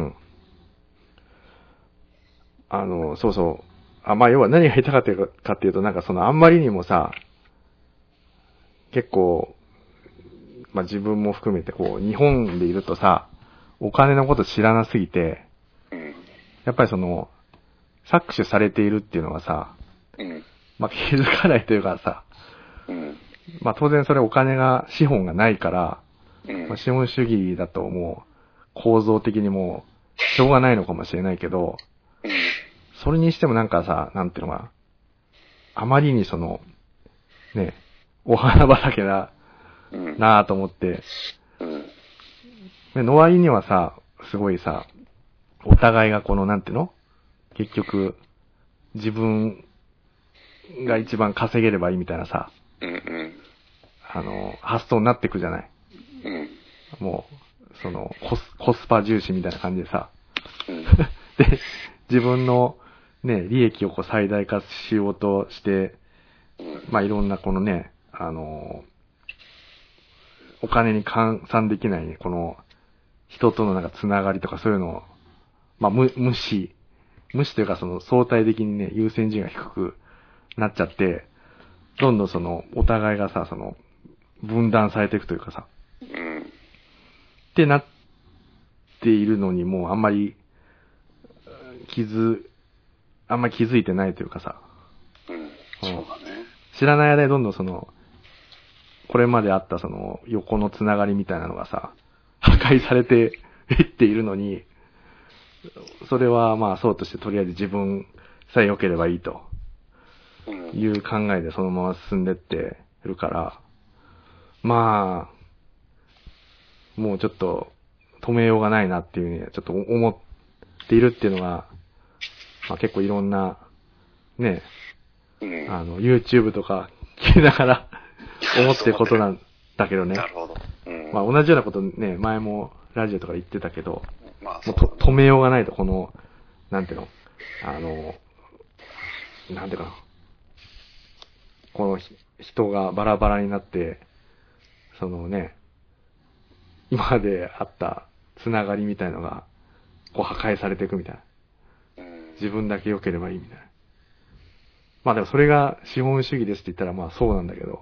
あの、そうそう。あ、まあ要は何が言いたかったかっていうと、なんかそのあんまりにもさ、結構、まあ自分も含めてこう、日本でいるとさ、お金のこと知らなすぎて、うん、やっぱりその、搾取されているっていうのはさ、うん、まあ気づかないというかさ、うん、まあ当然それお金が、資本がないから、うん、まあ、資本主義だともう構造的にもうしょうがないのかもしれないけど、うん、それにしてもなんかさ、なんていうのかな、あまりにその、ね、お花畑だなぁと思って、うん、の割にはさ、すごいさ、お互いがこのなんていうの？結局、自分が一番稼げればいいみたいなさ、うんうん、あの、発想になってくじゃない。うん、もう、そのコス、コスパ重視みたいな感じでさ、うん、で、自分のね、利益をこう最大化しようとして、まあいろんなこのね、あの、お金に換算できないね、この人とのなんかつながりとかそういうのを、まあ無、無視、無視というかその相対的にね、優先順位が低くなっちゃって、どんどんその、お互いがさ、その、分断されていくというかさ、うん、ってなっているのにもうあんまり、気づ、あんまり気づいてないというかさ、 うん、そうだね。 知らない間にどんどんその、これまであったその、横のつながりみたいなのがさ、破壊されていっているのに、それはまあそうとしてとりあえず自分さえ良ければいいという考えでそのまま進んでってるから、まあ、もうちょっと止めようがないなっていうふうにちょっと思っているっていうのが、まあ結構いろんな、ね、あの、YouTube とか聞きながら思ってることなんだけどね。 なるほど。 うん、まあ同じようなことね、前もラジオとか言ってたけど、まあ、もうと止めようがないと、この、なんていうの、あの、なんていうかな、この人がバラバラになって、そのね、今まであったつながりみたいのが、こう破壊されていくみたいな。自分だけ良ければいいみたいな。まあでもそれが資本主義ですって言ったらまあそうなんだけど。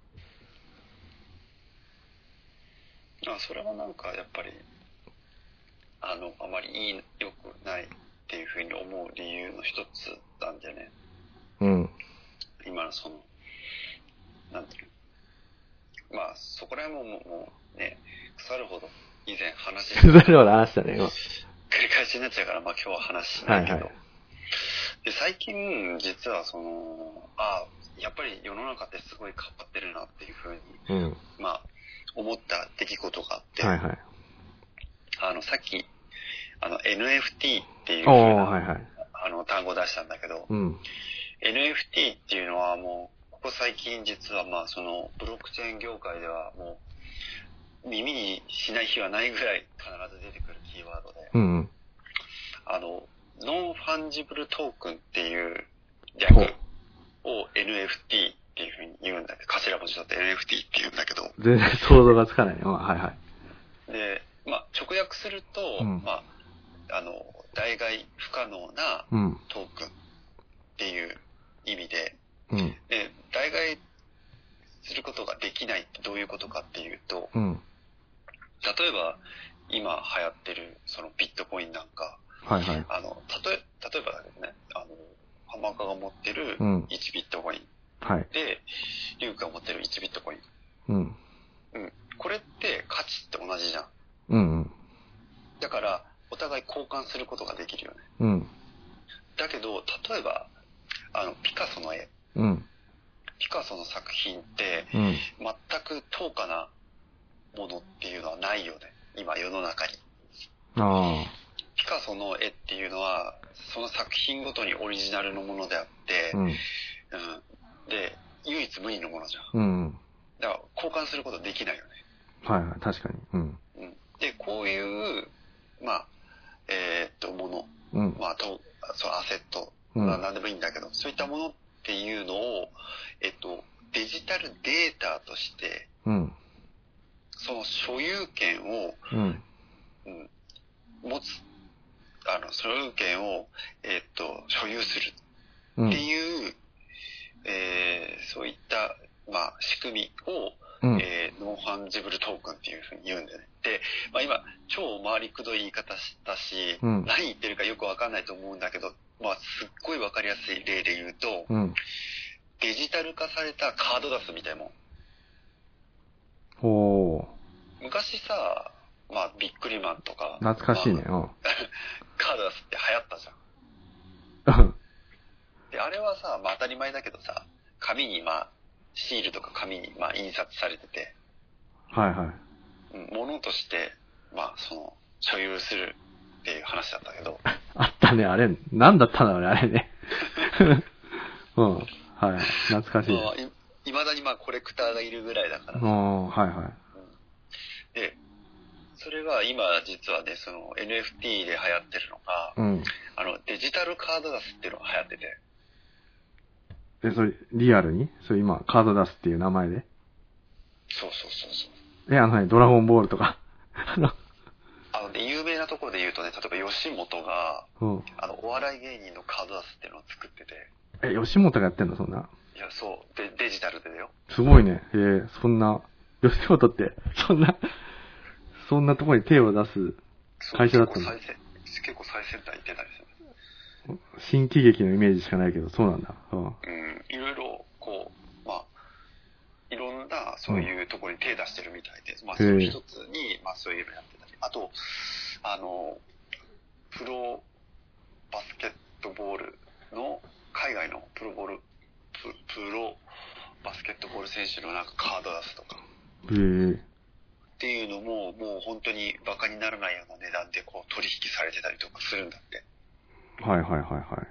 あ、それはなんかやっぱり、あの、あまりいい、良くないっていうふうに思う理由の一つなんでね。 うん。 今のその、なんていうの。まあ、そこら辺ももう、もうね、腐るほど以前話して腐るほど話したね、今。 繰り返しになっちゃうから、まあ今日は話しないけど。はいはい、で、最近、実はその、あ、やっぱり世の中ってすごい変わってるなっていうふうに、うん、まあ、 思った出来事があって、 はいはい。 あの、さっき、あの、エヌエフティー っていう風な、はいはい、あの、単語を出したんだけど、うん、エヌエフティー っていうのはもう、ここ最近実はまあ、その、ブロックチェーン業界ではもう、耳にしない日はないぐらい必ず出てくるキーワードで、うんうん、あの、ノンファンジブルトークンっていう略を エヌエフティー っていう風に言うんだけど、頭文字取って エヌエフティー って言うんだけど。 全然想像がつかないね。はいはい。 で、まあ、直訳すると、うん、まあ、あの、代替不可能なトークンっていう意味で、うん、で、代替することができないってどういうことかっていうと、うん、例えば今流行ってるそのビットコインなんか、はいはい、あの、たとえ、例えばだけどね、あの、浜岡が持ってるいちビットコイン、うん、はい、で、リュウが持ってるいちビットコイン。うん。うん。これって価値って同じじゃん。うんうん。だから、お互い交換することができるよね。うん。だけど、例えば、あの、ピカソの絵。うん。ピカソの作品って、うん、全く等価なものっていうのはないよね。今、世の中に。ああ。ピカソの絵っていうのは、その作品ごとにオリジナルのものであって、うん。うん、で、唯一無二のものじゃん。うん。だから、交換することできないよね。 はいはい、確かに。うん。 うん、で、こういう、まあ、えー、っと、もの、うん、まあ、と、そう、アセット、まあ、なんでもいいんだけど、そういったものっていうのを、えっと、デジタルデータとして、うん、その所有権を、うんうん、持つ、あの、所有権を、えっと、所有するっていう、うん、えー、そういった、まあ、仕組みを、うん、えー、ノンファンジブルトークンっていうふうに言うんだよね。で、まあ今、超回りくどい言い方したし、うん、何言ってるかよくわかんないと思うんだけど、まあすっごいわかりやすい例で言うと、うん、デジタル化されたカードダスみたいなもん。 ほう。昔さ、まあビックリマンとか。 懐かしいね。 まあ、カードダスって流行ったじゃん。で、あれはさ、まあ当たり前だけどさ、紙にまあ、シールとか紙にまあ印刷されてて。 はいはい。 ものとして、まあその、所有するっていう話だったけど。 あったね、あれ。なんだったんだろうね、あれね。うん。はい。懐かしい。 まあ、い、未だにまあコレクターがいるぐらいだからさ。 はいはい。うん、 で、それが今実はね、その エヌエフティー で流行ってるのが、うん、あの、デジタルカードダスっていうのが流行ってて。 え、それ、リアルにそれ今、カードダスっていう名前でそうそうそうそう。 え、あのね、ドラゴンボールとか。 あのね、有名なところで言うとね、例えば吉本が、うん、あの、お笑い芸人のカードダスっていうのを作ってて。 え、吉本がやってんのそんな。 いや、そう。で、デジタルでだよ。 すごいね。えー、そんな、吉本って、そんな、そんなところに手を出す会社だったの。 結構最先、結構最先端行ってたりする。 新喜劇のイメージしかないけど、そうなんだ。 うん。うん、いろいろ、こう、まあ、いろんな、そういうところに手出してるみたいで、うん、まあ、その一つに、まあ、そういうのやってたり。あと、あの、プロバスケットボールの、海外のプロボール、プ, プロバスケットボール選手のなんかカード出すとか。 へー。 っていうのも、もう本当にバカにならないような値段でこう取引されてたりとかするんだって。 はいはいはいはい。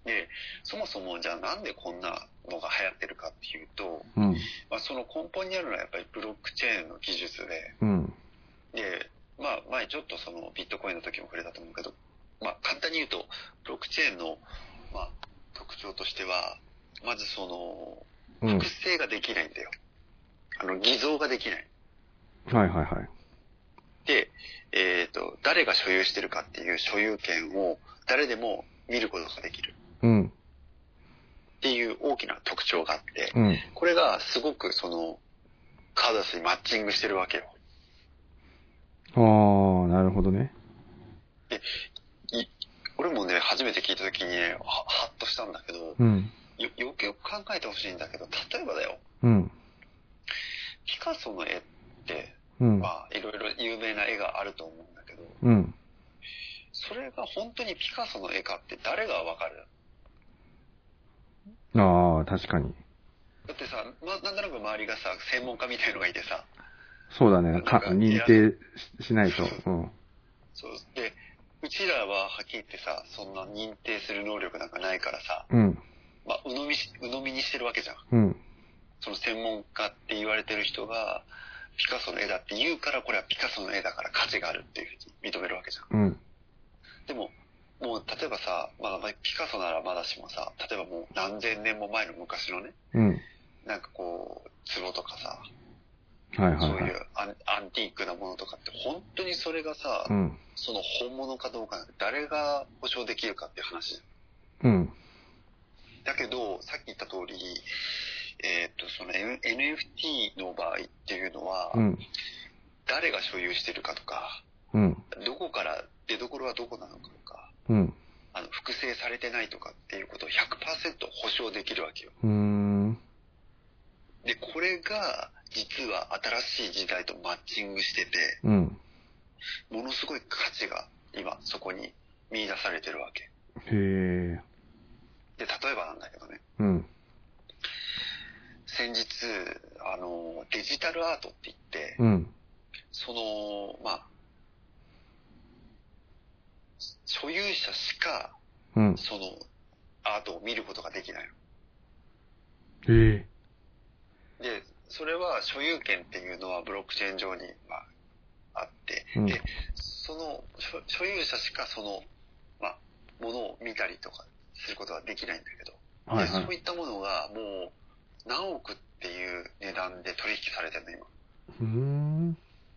で、そもそもじゃあなんでこんなのが流行ってるかっていうと、うん、まあ、その根本にあるのはやっぱりブロックチェーンの技術で、うん、で、まあ前ちょっとそのビットコインの時も触れたと思うけど、まあ簡単に言うと、ブロックチェーンの、まあ、特徴としては、まずその、複製ができないんだよ。うん、あの、偽造ができない。 はいはいはい。 で、えっと、誰が所有してるかっていう所有権を誰でも見ることができる。うん。っていう大きな特徴があって、うん、これがすごくその、カードダスにマッチングしてるわけよ。 ああ、なるほどね。 で、い、俺もね、初めて聞いた時にね、は、はっとしたんだけど、うん、よ、よくよく考えてほしいんだけど、例えばだよ。うん。ピカソの絵って、うん、まあ、いろいろ有名な絵があると思うんだけど、うん、それが本当にピカソの絵かって誰がわかる？ ああ、確かに。 だってさ、ま、なんとなく周りがさ、専門家みたいのがいてさ、 そうだね。か認定しないと。うん。 そう。で、うちらははっきり言ってさ、そんな認定する能力なんかないからさ、 うん。 まあ、鵜呑みし、鵜呑みにしてるわけじゃん。 うん。 その専門家って言われてる人が、ピカソの絵だって言うから、これはピカソの絵だから価値があるっていうふうに認めるわけじゃん。 うん。 でも、もう例えばさ、まあ、ピカソならまだしもさ、例えばもう何千年も前の昔のね、 うん。 なんかこう、壺とかさ、 はいはいはい、 そういうアン、アンティークなものとかって、本当にそれがさ、 うん、 その本物かどうかなんて誰が保証できるかっていう話じゃん。うん。 だけど、さっき言った通り、えー、っと、その エヌエフティー の場合っていうのは、 うん、 誰が所有してるかとか、 うん、 どこから出所はどこなのかとか、 うん、 あの複製されてないとかっていうことを ひゃくパーセント 保証できるわけよ。 うーん。 で、これが実は新しい時代とマッチングしてて、 うん、 ものすごい価値が今そこに見出されてるわけ。 へー。 で、例えばなんだけどね、 うん、 先日、あの、デジタルアートって言って、 うん、 その、まあ、所有者しか、 うん、 そのアートを見ることができないの。 へー。 で、それは所有権っていうのはブロックチェーン上に、まあ、あって、 うん、 で、その所有者しかその、まあ、ものを見たりとかすることはできないんだけど、 はいはい、 でそういったものがもう何億っていう値段で取引されてるの今。 うーん。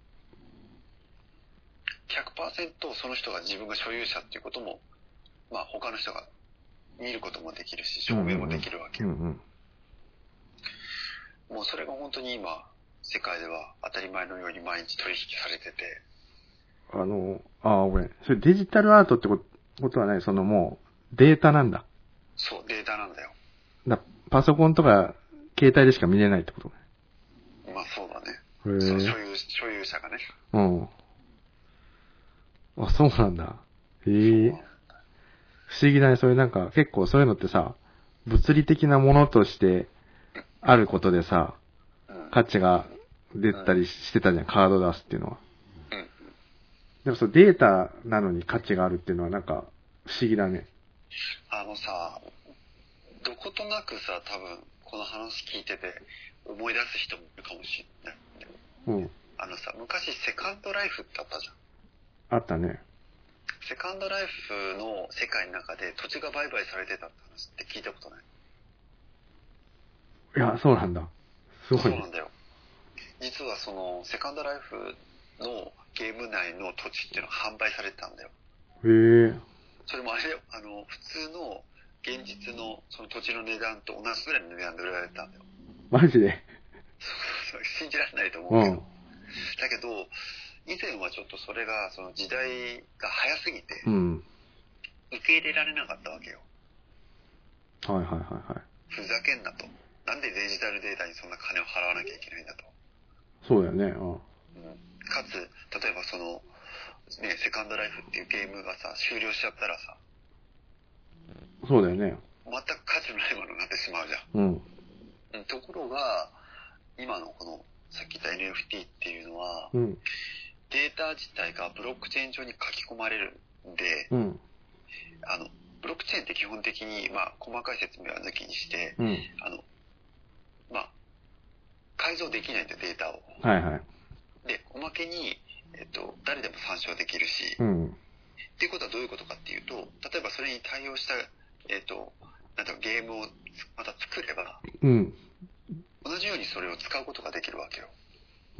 ひゃくパーセント その人が自分が所有者っていうことも、まあ他の人が見ることもできるし、証明もできるわけよ。 うんうん、 もうそれが本当に今、世界では当たり前のように毎日取引されてて。 あの、ああ、ごめん。それデジタルアートってことはない、そのもうデータなんだ。 そう、データなんだよ。 だパソコンとか携帯でしか見れないってことね。 まあそうだね。 へー。 その所有、所有者がね。 うん。あ、そうなんだ。へえ。不思議だね。それなんか結構そういうのってさ、物理的なものとしてあることでさ、うん、価値が出たりしてたじゃん、カード出すっていうのは。うん。でもそうデータなのに価値があるっていうのはなんか不思議だね。 あのさ、どことなくさ、多分この話聞いてて思い出す人もいるかもしれない。うん。あのさ、昔セカンドライフってあったじゃん。 あったね。 セカンドライフの世界の中で土地が売買されてたって話って聞いたことない？ いや、そうなんだ。すごい。 そうなんだよ。実はそのセカンドライフのゲーム内の土地っていうのが販売されてたんだよ。 へえ。 それもあれ、あの、普通の現実のその土地の値段と同じぐらいの値段で売られてたんだよ。 マジで？ そうそう、信じられないと思うけど。うん、だけど、以前はちょっとそれがその時代が早すぎて、うん、受け入れられなかったわけよ。 はいはいはいはい。 ふざけんなと。なんでデジタルデータにそんな金を払わなきゃいけないんだと。 そうだよね。うん、 かつ、例えばその、ね、セカンドライフっていうゲームがさ、終了しちゃったらさ、 そうだよね。 全く価値のないものになってしまうじゃん。うん。ところが、今のこの、さっき言った エヌエフティー っていうのは、うん、データ自体がブロックチェーン上に書き込まれるんで、うん、あの、ブロックチェーンって基本的に、まあ、細かい説明は抜きにして、うん、あの、まあ、改造できないんだよ、データを。 はいはい。 で、おまけに、えっと、誰でも参照できるし、 うん、 っていうことはどういうことかっていうと、例えばそれに対応した、えっと、なんだろう、ゲームをまた作れば、うん、同じようにそれを使うことができるわけよ。うん、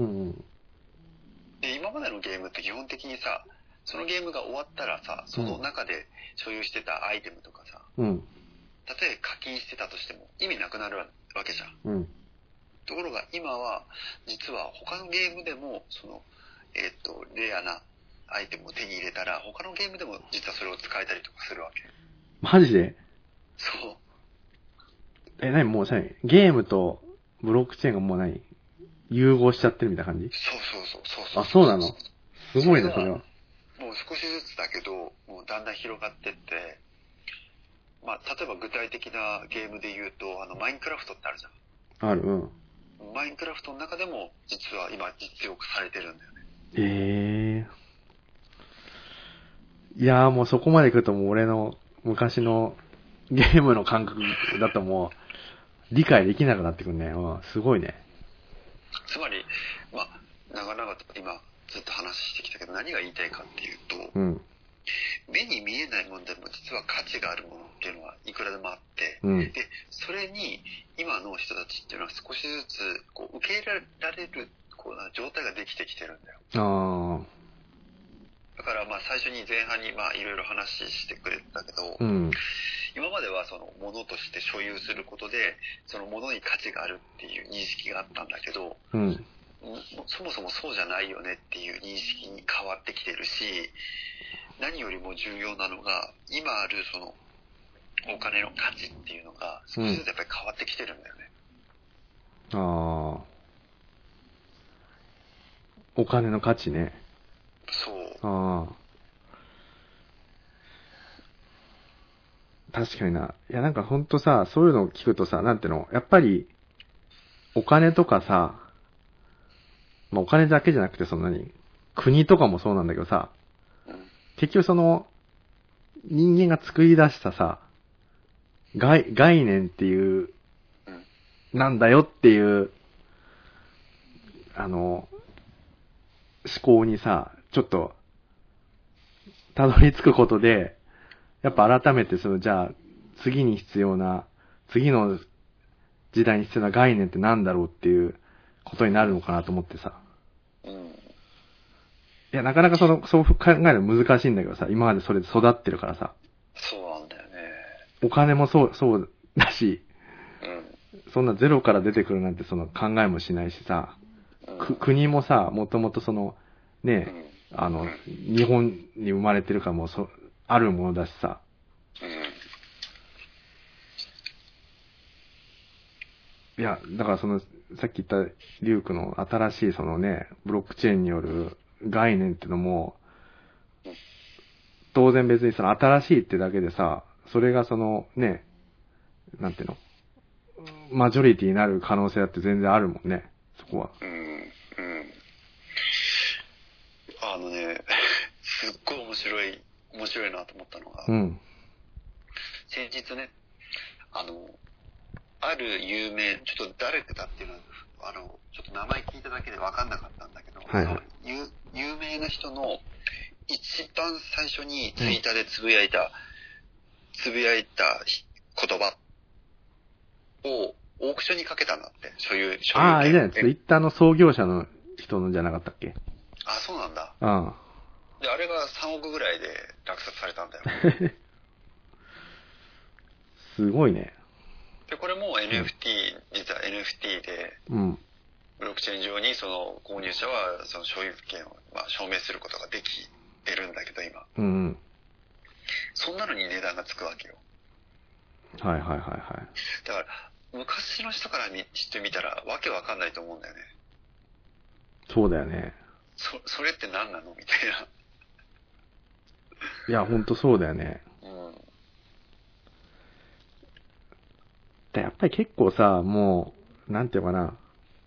で、今までのゲームって基本的にさ、そのゲームが終わったらさ、その中で所有してたアイテムとかさ、うん、たとえ課金してたとしても意味なくなるわけじゃん。うん、ところが今は、実は他のゲームでも、その、えっと、レアなアイテムを手に入れたら、他のゲームでも実はそれを使えたりとかするわけ。 マジで？ そう。 え、なにもうさ、ゲームとブロックチェーンがもう何融合しちゃってるみたいな感じ？ そうそうそうそう。 あ、そうなの？すごいね、それは。 もう少しずつだけど、もうだんだん広がってって、まあ、例えば具体的なゲームで言うと、あの、マインクラフトってあるじゃん。 ある、うん。 マインクラフトの中でも実は今実用化されてるんだよね。 ええー。いやーもうそこまで来るともう俺の昔のゲームの感覚だともう理解できなくなってくるね。うん、すごいね。 つまり、まあ、長々と今ずっと話してきたけど、何が言いたいかっていうと、 うん、 目に見えないものでも実は価値があるものっていうのはいくらでもあって、 うん、でそれに今の人たちっていうのは少しずつこう受け入れられるこうな状態ができてきてるんだよ。 あだからまあ最初に前半にまあいろいろ話してくれたけど、 うん、 今まではその物として所有することでその物に価値があるっていう認識があったんだけど、 うん、 そもそもそうじゃないよねっていう認識に変わってきてるし、何よりも重要なのが今あるそのお金の価値っていうのが少しずつやっぱり変わってきてるんだよね。 うん、ああ、お金の価値ね。 そう。 ああ。確かにな。いやなんかほんとさ、そういうのを聞くとさ、なんていうの、やっぱり、お金とかさ、まあお金だけじゃなくてそんなに、国とかもそうなんだけどさ、 うん、 結局その、人間が作り出したさ、概、概念っていう、 うん、 なんだよっていう、あの、思考にさ、ちょっと、たどり着くことで、やっぱ改めてその、じゃあ、次に必要な、次の時代に必要な概念ってなんだろうっていうことになるのかなと思ってさ。 うん。いや、なかなかその、そう考えるの難しいんだけどさ、今までそれで育ってるからさ。 そうなんだよね。 お金もそう、そうだし、 うん。 そんなゼロから出てくるなんてその考えもしないしさ、 うん、 く国もさ、もともとその、ね、うん、あの、日本に生まれてるからもうそ、あるものだしさ。 うん。 いや、だからその、さっき言ったリュウクの新しいそのね、ブロックチェーンによる概念っていうのも、当然別にその新しいってだけでさ、それがそのね、なんていうの、マジョリティになる可能性だって全然あるもんね、そこは。 うん、うん。あのね、すっごい面白い、面白いなと思ったのが、 うん、 先日ね、あの、ある有名、ちょっと誰だっていうのは、あの、ちょっと名前聞いただけで分かんなかったんだけど、 はいはい、 有, 有名な人の一番最初にツイッターでつぶやいた、うん、つぶやいた言葉をオークションにかけたんだって、所有、所有権。 ああ、あれじゃない、ツイッターの創業者の人のじゃなかったっけ？ あ、そうなんだ。 ああ。 で、あれがさんおくぐらいで落札されたんだよ。 すごいね。 で、これも エヌエフティー、うん、実は エヌエフティー で、 うん、 ブロックチェーン上にその購入者はその所有権をまあ証明することができてるんだけど今。 うん、 そんなのに値段がつくわけよ。 はいはいはいはい。 だから昔の人からしてみたらわけわかんないと思うんだよね。 そうだよね。 そ、それって何なのみたいな。 いや、ほんとそうだよね。 うん。 でやっぱり結構さ、もう、なんていうかな、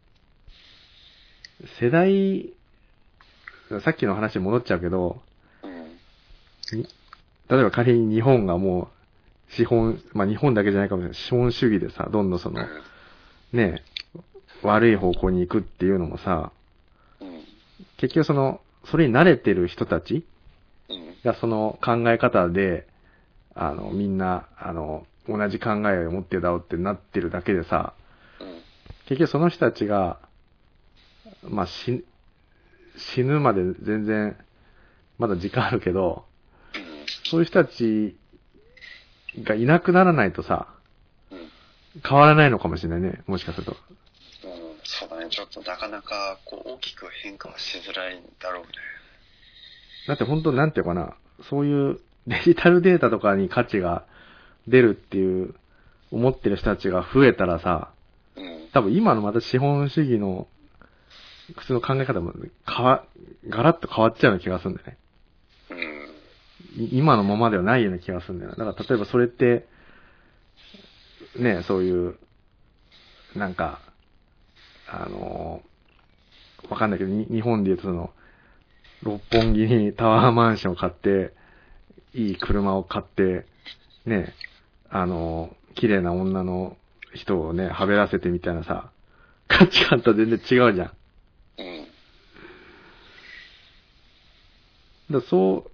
世代、さっきの話に戻っちゃうけど、 うん、 例えば仮に日本がもう、資本、まあ日本だけじゃないかもしれない、資本主義でさ、どんどんその、うん、ね、悪い方向に行くっていうのもさ、 うん、 結局その、それに慣れてる人たちがその考え方で、あの、みんな、あの、同じ考えを持ってるだろうってなってるだけでさ、 うん、 結局その人たちが、まあ、死、死ぬまで全然、まだ時間あるけど、 うん、 そういう人たちがいなくならないとさ、 うん、 変わらないのかもしれないね、もしかすると。 うん、そうだね、ちょっとなかなかこう大きく変化はしづらいんだろうね。 だって本当なんていうかな、そういうデジタルデータとかに価値が出るっていう思ってる人たちが増えたらさ、 うん、 多分今のまた資本主義の普通の考え方も変わ、ガラッと変わっちゃうような気がするんだよね。 うん、 今のままではないような気がするんだよ。だから例えばそれって、ね、そういう、なんか、 あの、わかんないけど、日本で言うとその、六本木にタワーマンションを買って、いい車を買って、ね、あの、綺麗な女の人をね、はべらせてみたいなさ、価値観と全然違うじゃん。うん。だそう、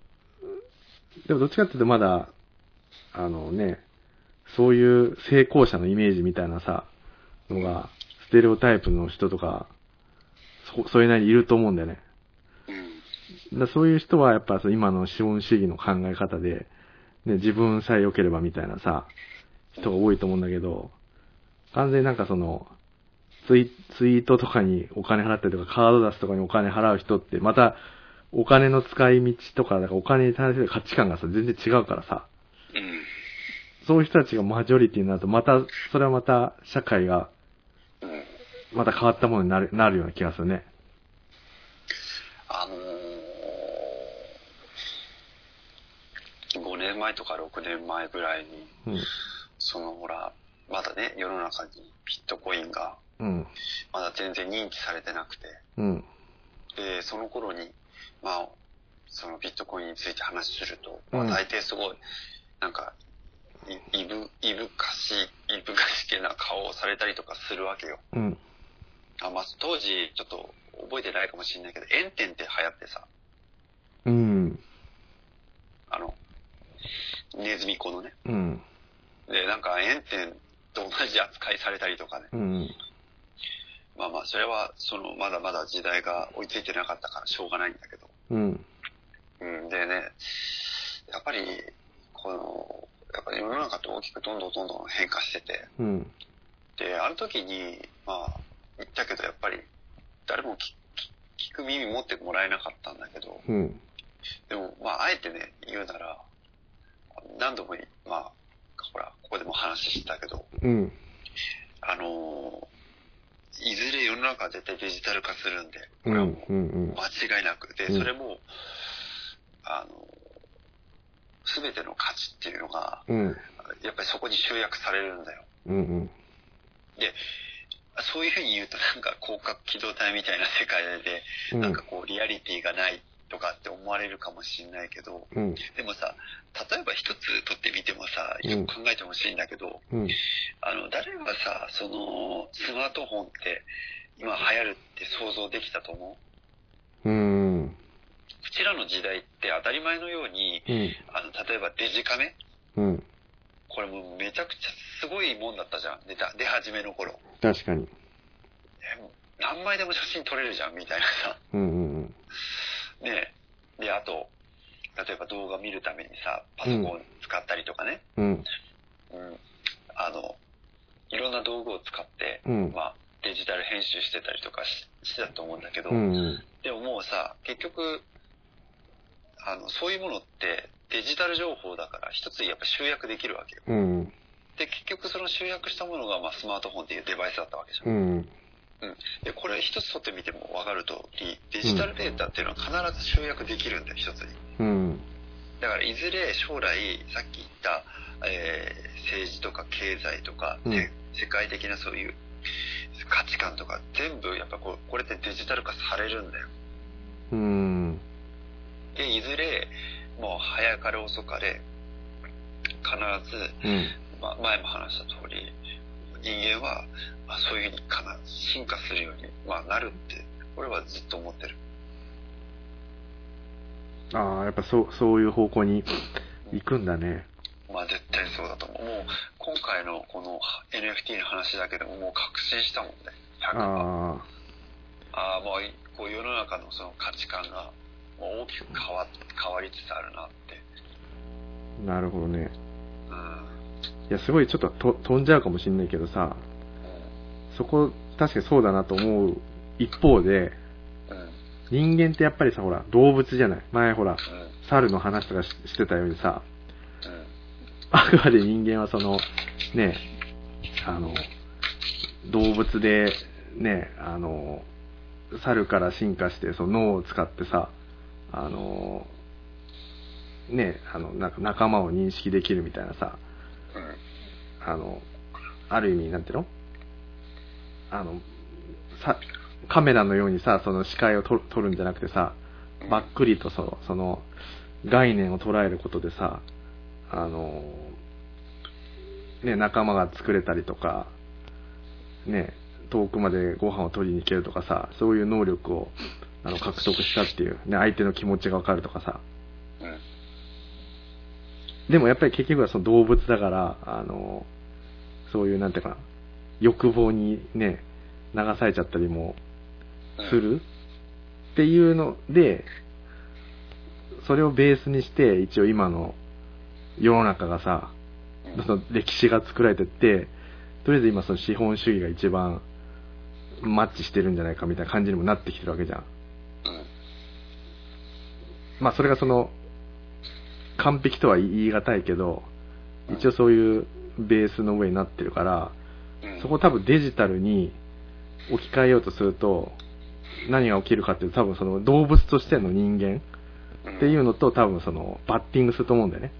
でもどっちかっていうとまだ、あのね、そういう成功者のイメージみたいなさ、のが、ステレオタイプの人とか、そ、それなりにいると思うんだよね。うん。だそういう人はやっぱ今の資本主義の考え方で、ね、自分さえ良ければみたいなさ、人が多いと思うんだけど、完全になんかその、ツイ、ツイートとかにお金払ったりとか、カード出すとかにお金払う人って、また、お金の使い道とか、だからお金に対する価値観がさ、全然違うからさ、うん、そういう人たちがマジョリティになると、また、それはまた社会が、また変わったものになる、なるような気がするね。 あのー、ごねんまえとかろくねんまえぐらいに、うん、そのほら、まだね、世の中にビットコインが、まだ全然認知されてなくて、うん、で、その頃に、まあ、そのビットコインについて話すると、まあ、大抵すごい、なんか、い、いぶ、いぶかし、いぶかしげな顔をされたりとかするわけよ。うん。あ、まあ、当時、ちょっと覚えてないかもしれないけど、円点って流行ってさ。うん。あの、ネズミ子のね。うん。で、なんか円点と同じ扱いされたりとかね。うん。まあまあ、それは、その、まだまだ時代が追いついてなかったからしょうがないんだけど。うん。うん、でね、やっぱり、この、やっぱり世の中って大きくどんどんどんどん変化してて。うん。で、ある時に、まあ、言ったけど、やっぱり、誰も聞く耳持ってもらえなかったんだけど。うん。でも、まあ、あえてね、言うなら、何度も、まあ、ほら、ここでも話したけど、うん。あの、いずれ世の中は絶対デジタル化するんで、これはもう間違いなく。で、それも、あの、すべての価値っていうのが、うん、やっぱりそこに集約されるんだよ。うんうん、で、そういうふうに言うとなんか広角機動隊みたいな世界で、うん、なんかこうリアリティがないとかって思われるかもしれないけど、うん、でもさ、例えば一つ取ってみてもさ、よく考えてほしいんだけど、うん、あの、誰がさ、そのスマートフォンって今流行るって想像できたと思う？うん。うちらの時代って当たり前のように、うん、あの、例えばデジカメ、うん、これもうめちゃくちゃすごいもんだったじゃん。出た、出始めの頃。 確かに。 何枚でも写真撮れるじゃん、みたいなさ。うんうんうん。ねえ。で、あと、例えば動画見るためにさ、パソコン使ったりとかね。うん。うん。あの、いろんな道具を使って、うん、まあ、デジタル編集してたりとか し, してたと思うんだけど、うんうん、でももうさ、結局、あの、そういうものってデジタル情報だから一つやっぱ集約できるわけよ。うん、で、結局その集約したものが、まあ、スマートフォンっていうデバイスだったわけじゃん。うんうん、で、これ一つ取ってみても分かる通り、デジタルデータっていうのは必ず集約できるんだよ、一つに。うん、だからいずれ将来、さっき言った、えー、政治とか経済とか、うん、世界的なそういう価値観とか全部やっぱこうこれってデジタル化されるんだよ。うん。で、いずれもう早かれ遅かれ必ず、うんまあ、前も話した通り人間は、まあ、そういうふうにかな進化するように、まあ、なるって俺はずっと思ってる。 ああ、やっぱそうそういう方向に行くんだね。 まあ絶対そうだと思う。もう今回のこの エヌエフティー の話だけでももう確信したもんね。ひゃくパーセント。ああ、もうこう世の中のその価値観がもう大きく変わ変わりつつあるなって。 なるほどね。うん。いやすごいちょっとと飛んじゃうかもしんないけどさ、うん、そこ確かにそうだなと思う一方で、うん、人間ってやっぱりさほら動物じゃない。前ほら、うん、猿の話とか し, してたようにさ。あくまで人間はそのねあの動物でねあの猿から進化してその脳を使ってさあのねあのなんか仲間を認識できるみたいなさあのある意味なんていうのあのさカメラのようにさ、その視界を撮るんじゃなくてさ、ばっくりとその、その概念を捉えることでさ、あのね、仲間が作れたりとか、ね、遠くまでご飯を取りに行けるとかさ、そういう能力をあの獲得したっていう、ね、相手の気持ちがわかるとかさ。でもやっぱり結局はその動物だから、あのそういうなんていうかな、欲望にね、流されちゃったりもするっていうので、それをベースにして一応今の世の中がさ、その歴史が作られてって、とりあえず今その資本主義が一番マッチしてるんじゃないかみたいな感じにもなってきてるわけじゃん。まあそれがその完璧とは言い難いけど、一応そういうベースの上になってるから、そこを多分デジタルに置き換えようとすると何が起きるかっていうと、多分その動物としての人間っていうのと多分そのバッティングすると思うんだよね。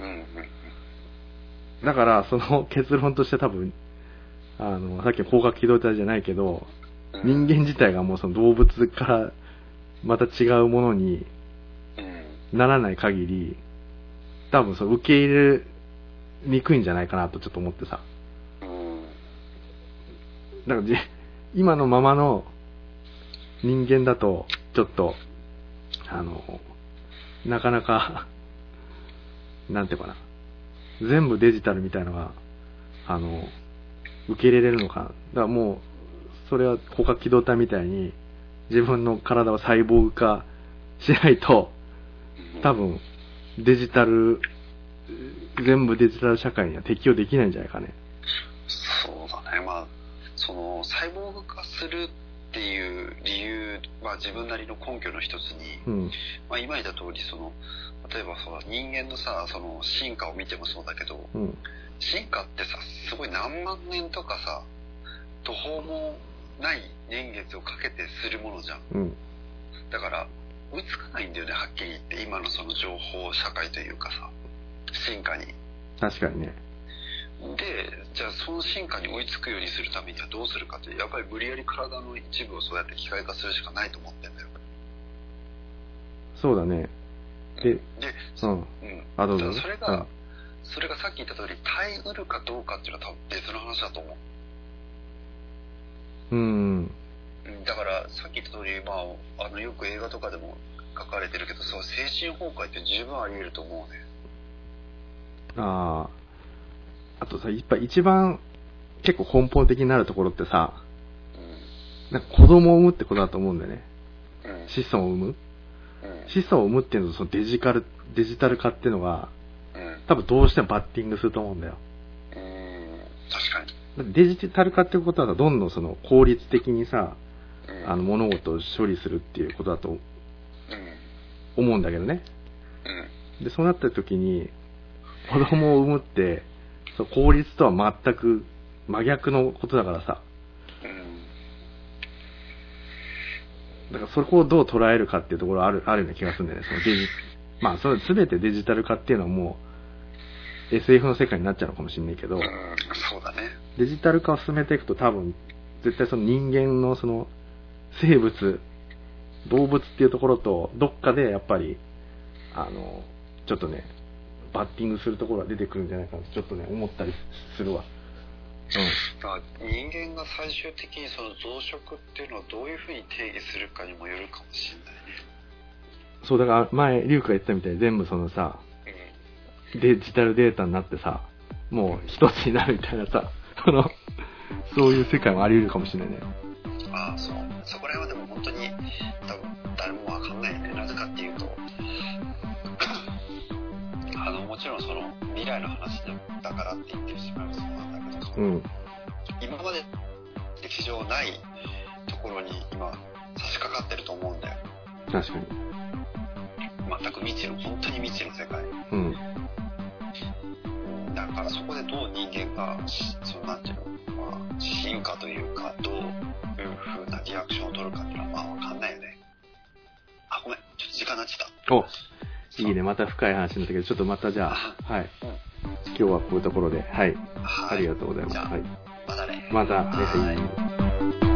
だからその結論として多分あのさっきの光学機動隊じゃないけど、人間自体がもうその動物からまた違うものにならない限り、多分その受け入れにくいんじゃないかなとちょっと思ってさ。だから今のままの人間だとちょっとあのなかなかなんていうかな、全部デジタルみたいのがあの受け入れれるのか。だからもうそれは光学機動隊みたいに自分の体をサイボーグ化しないと、多分デジタル全部デジタル社会には適用できないんじゃないかね。 そうだね。まあそのサイボーグ化するっていう理由は自分なりの根拠の一つに、うん、まあ、今言った通りその例えばその人間のさ、その進化を見てもそうだけど、うん、進化ってさ、すごい何万年とかさ、途方もない年月をかけてするものじゃん、うん、だから追いつかないんだよね、はっきり言って。今のその情報社会というかさ、進化に。 確かにね。 で、じゃあその進化に追いつくようにするためにはどうするかって、やっぱり無理やり体の一部をそうやって機械化するしかないと思ってんだよ。 そうだね。で、で、 うん、うん、あ、どうぞ。それが、うん、それがさっき言った通り耐えうるかどうかっていうのは多分別の話だと思う。うん。 だからさっき言った通り、まあ、あのよく映画とかでも書かれてるけど、そう精神崩壊って十分あり得ると思うね。 ああ。あとさ、やっぱ一番結構根本的になるところってさ、うん、なんか子供を産むってことだと思うんだよね。うん、子孫を産む、うん、子孫を産むっていうのとそのデジカル、デジタル化っていうのが、うん、多分どうしてもバッティングすると思うんだよ。 うん、確かに。 デジタル化っていうことはどんどんその効率的にさ、うん、あの物事を処理するっていうことだと思うんだけどね。うん、で、そうなった時に子供を産むって効率とは全く真逆のことだからさ、だからそこをどう捉えるかっていうところあるあるような気がするんだよね。そのデジまあそれ全てデジタル化っていうのはもう エスエフ の世界になっちゃうのかもしれないけど、うん、 そうだね。 デジタル化を進めていくと多分絶対その人間のその生物動物っていうところとどっかでやっぱりあのちょっとねバッティングするところが出てくるんじゃないかなとちょっとね思ったりするわ。 うん、人間が最終的にその増殖っていうのをどういうふうに定義するかにもよるかもしれないね。 そうだから前リュウクが言ってたみたいに全部そのさ、うん、デジタルデータになってさもう一つになるみたいなさそのそういう世界もあり得るかもしれないね。 ああ、そう。そこら辺はでも本当に多分誰もわかんないね。なぜかっていうとあのもちろんその未来の話だからって言ってしまうそうなんだけど、うん、今まで歴史上ないところに今差し掛かってると思うんだよ。 確かに。 全く未知の本当に未知の世界。うん。だからそこでどう人間がそのなんていうの、まあ、進化というかどういう風なリアクションを取るかっていうのはまあわかんないよね。あ、ごめん、ちょっと時間になっちゃった。 お。いいね、また深い話になったけど、ちょっとまたじゃあ、はい。うん、今日はこういうところで、はい。はい、ありがとうございます。 はい。またね。 またね。はい。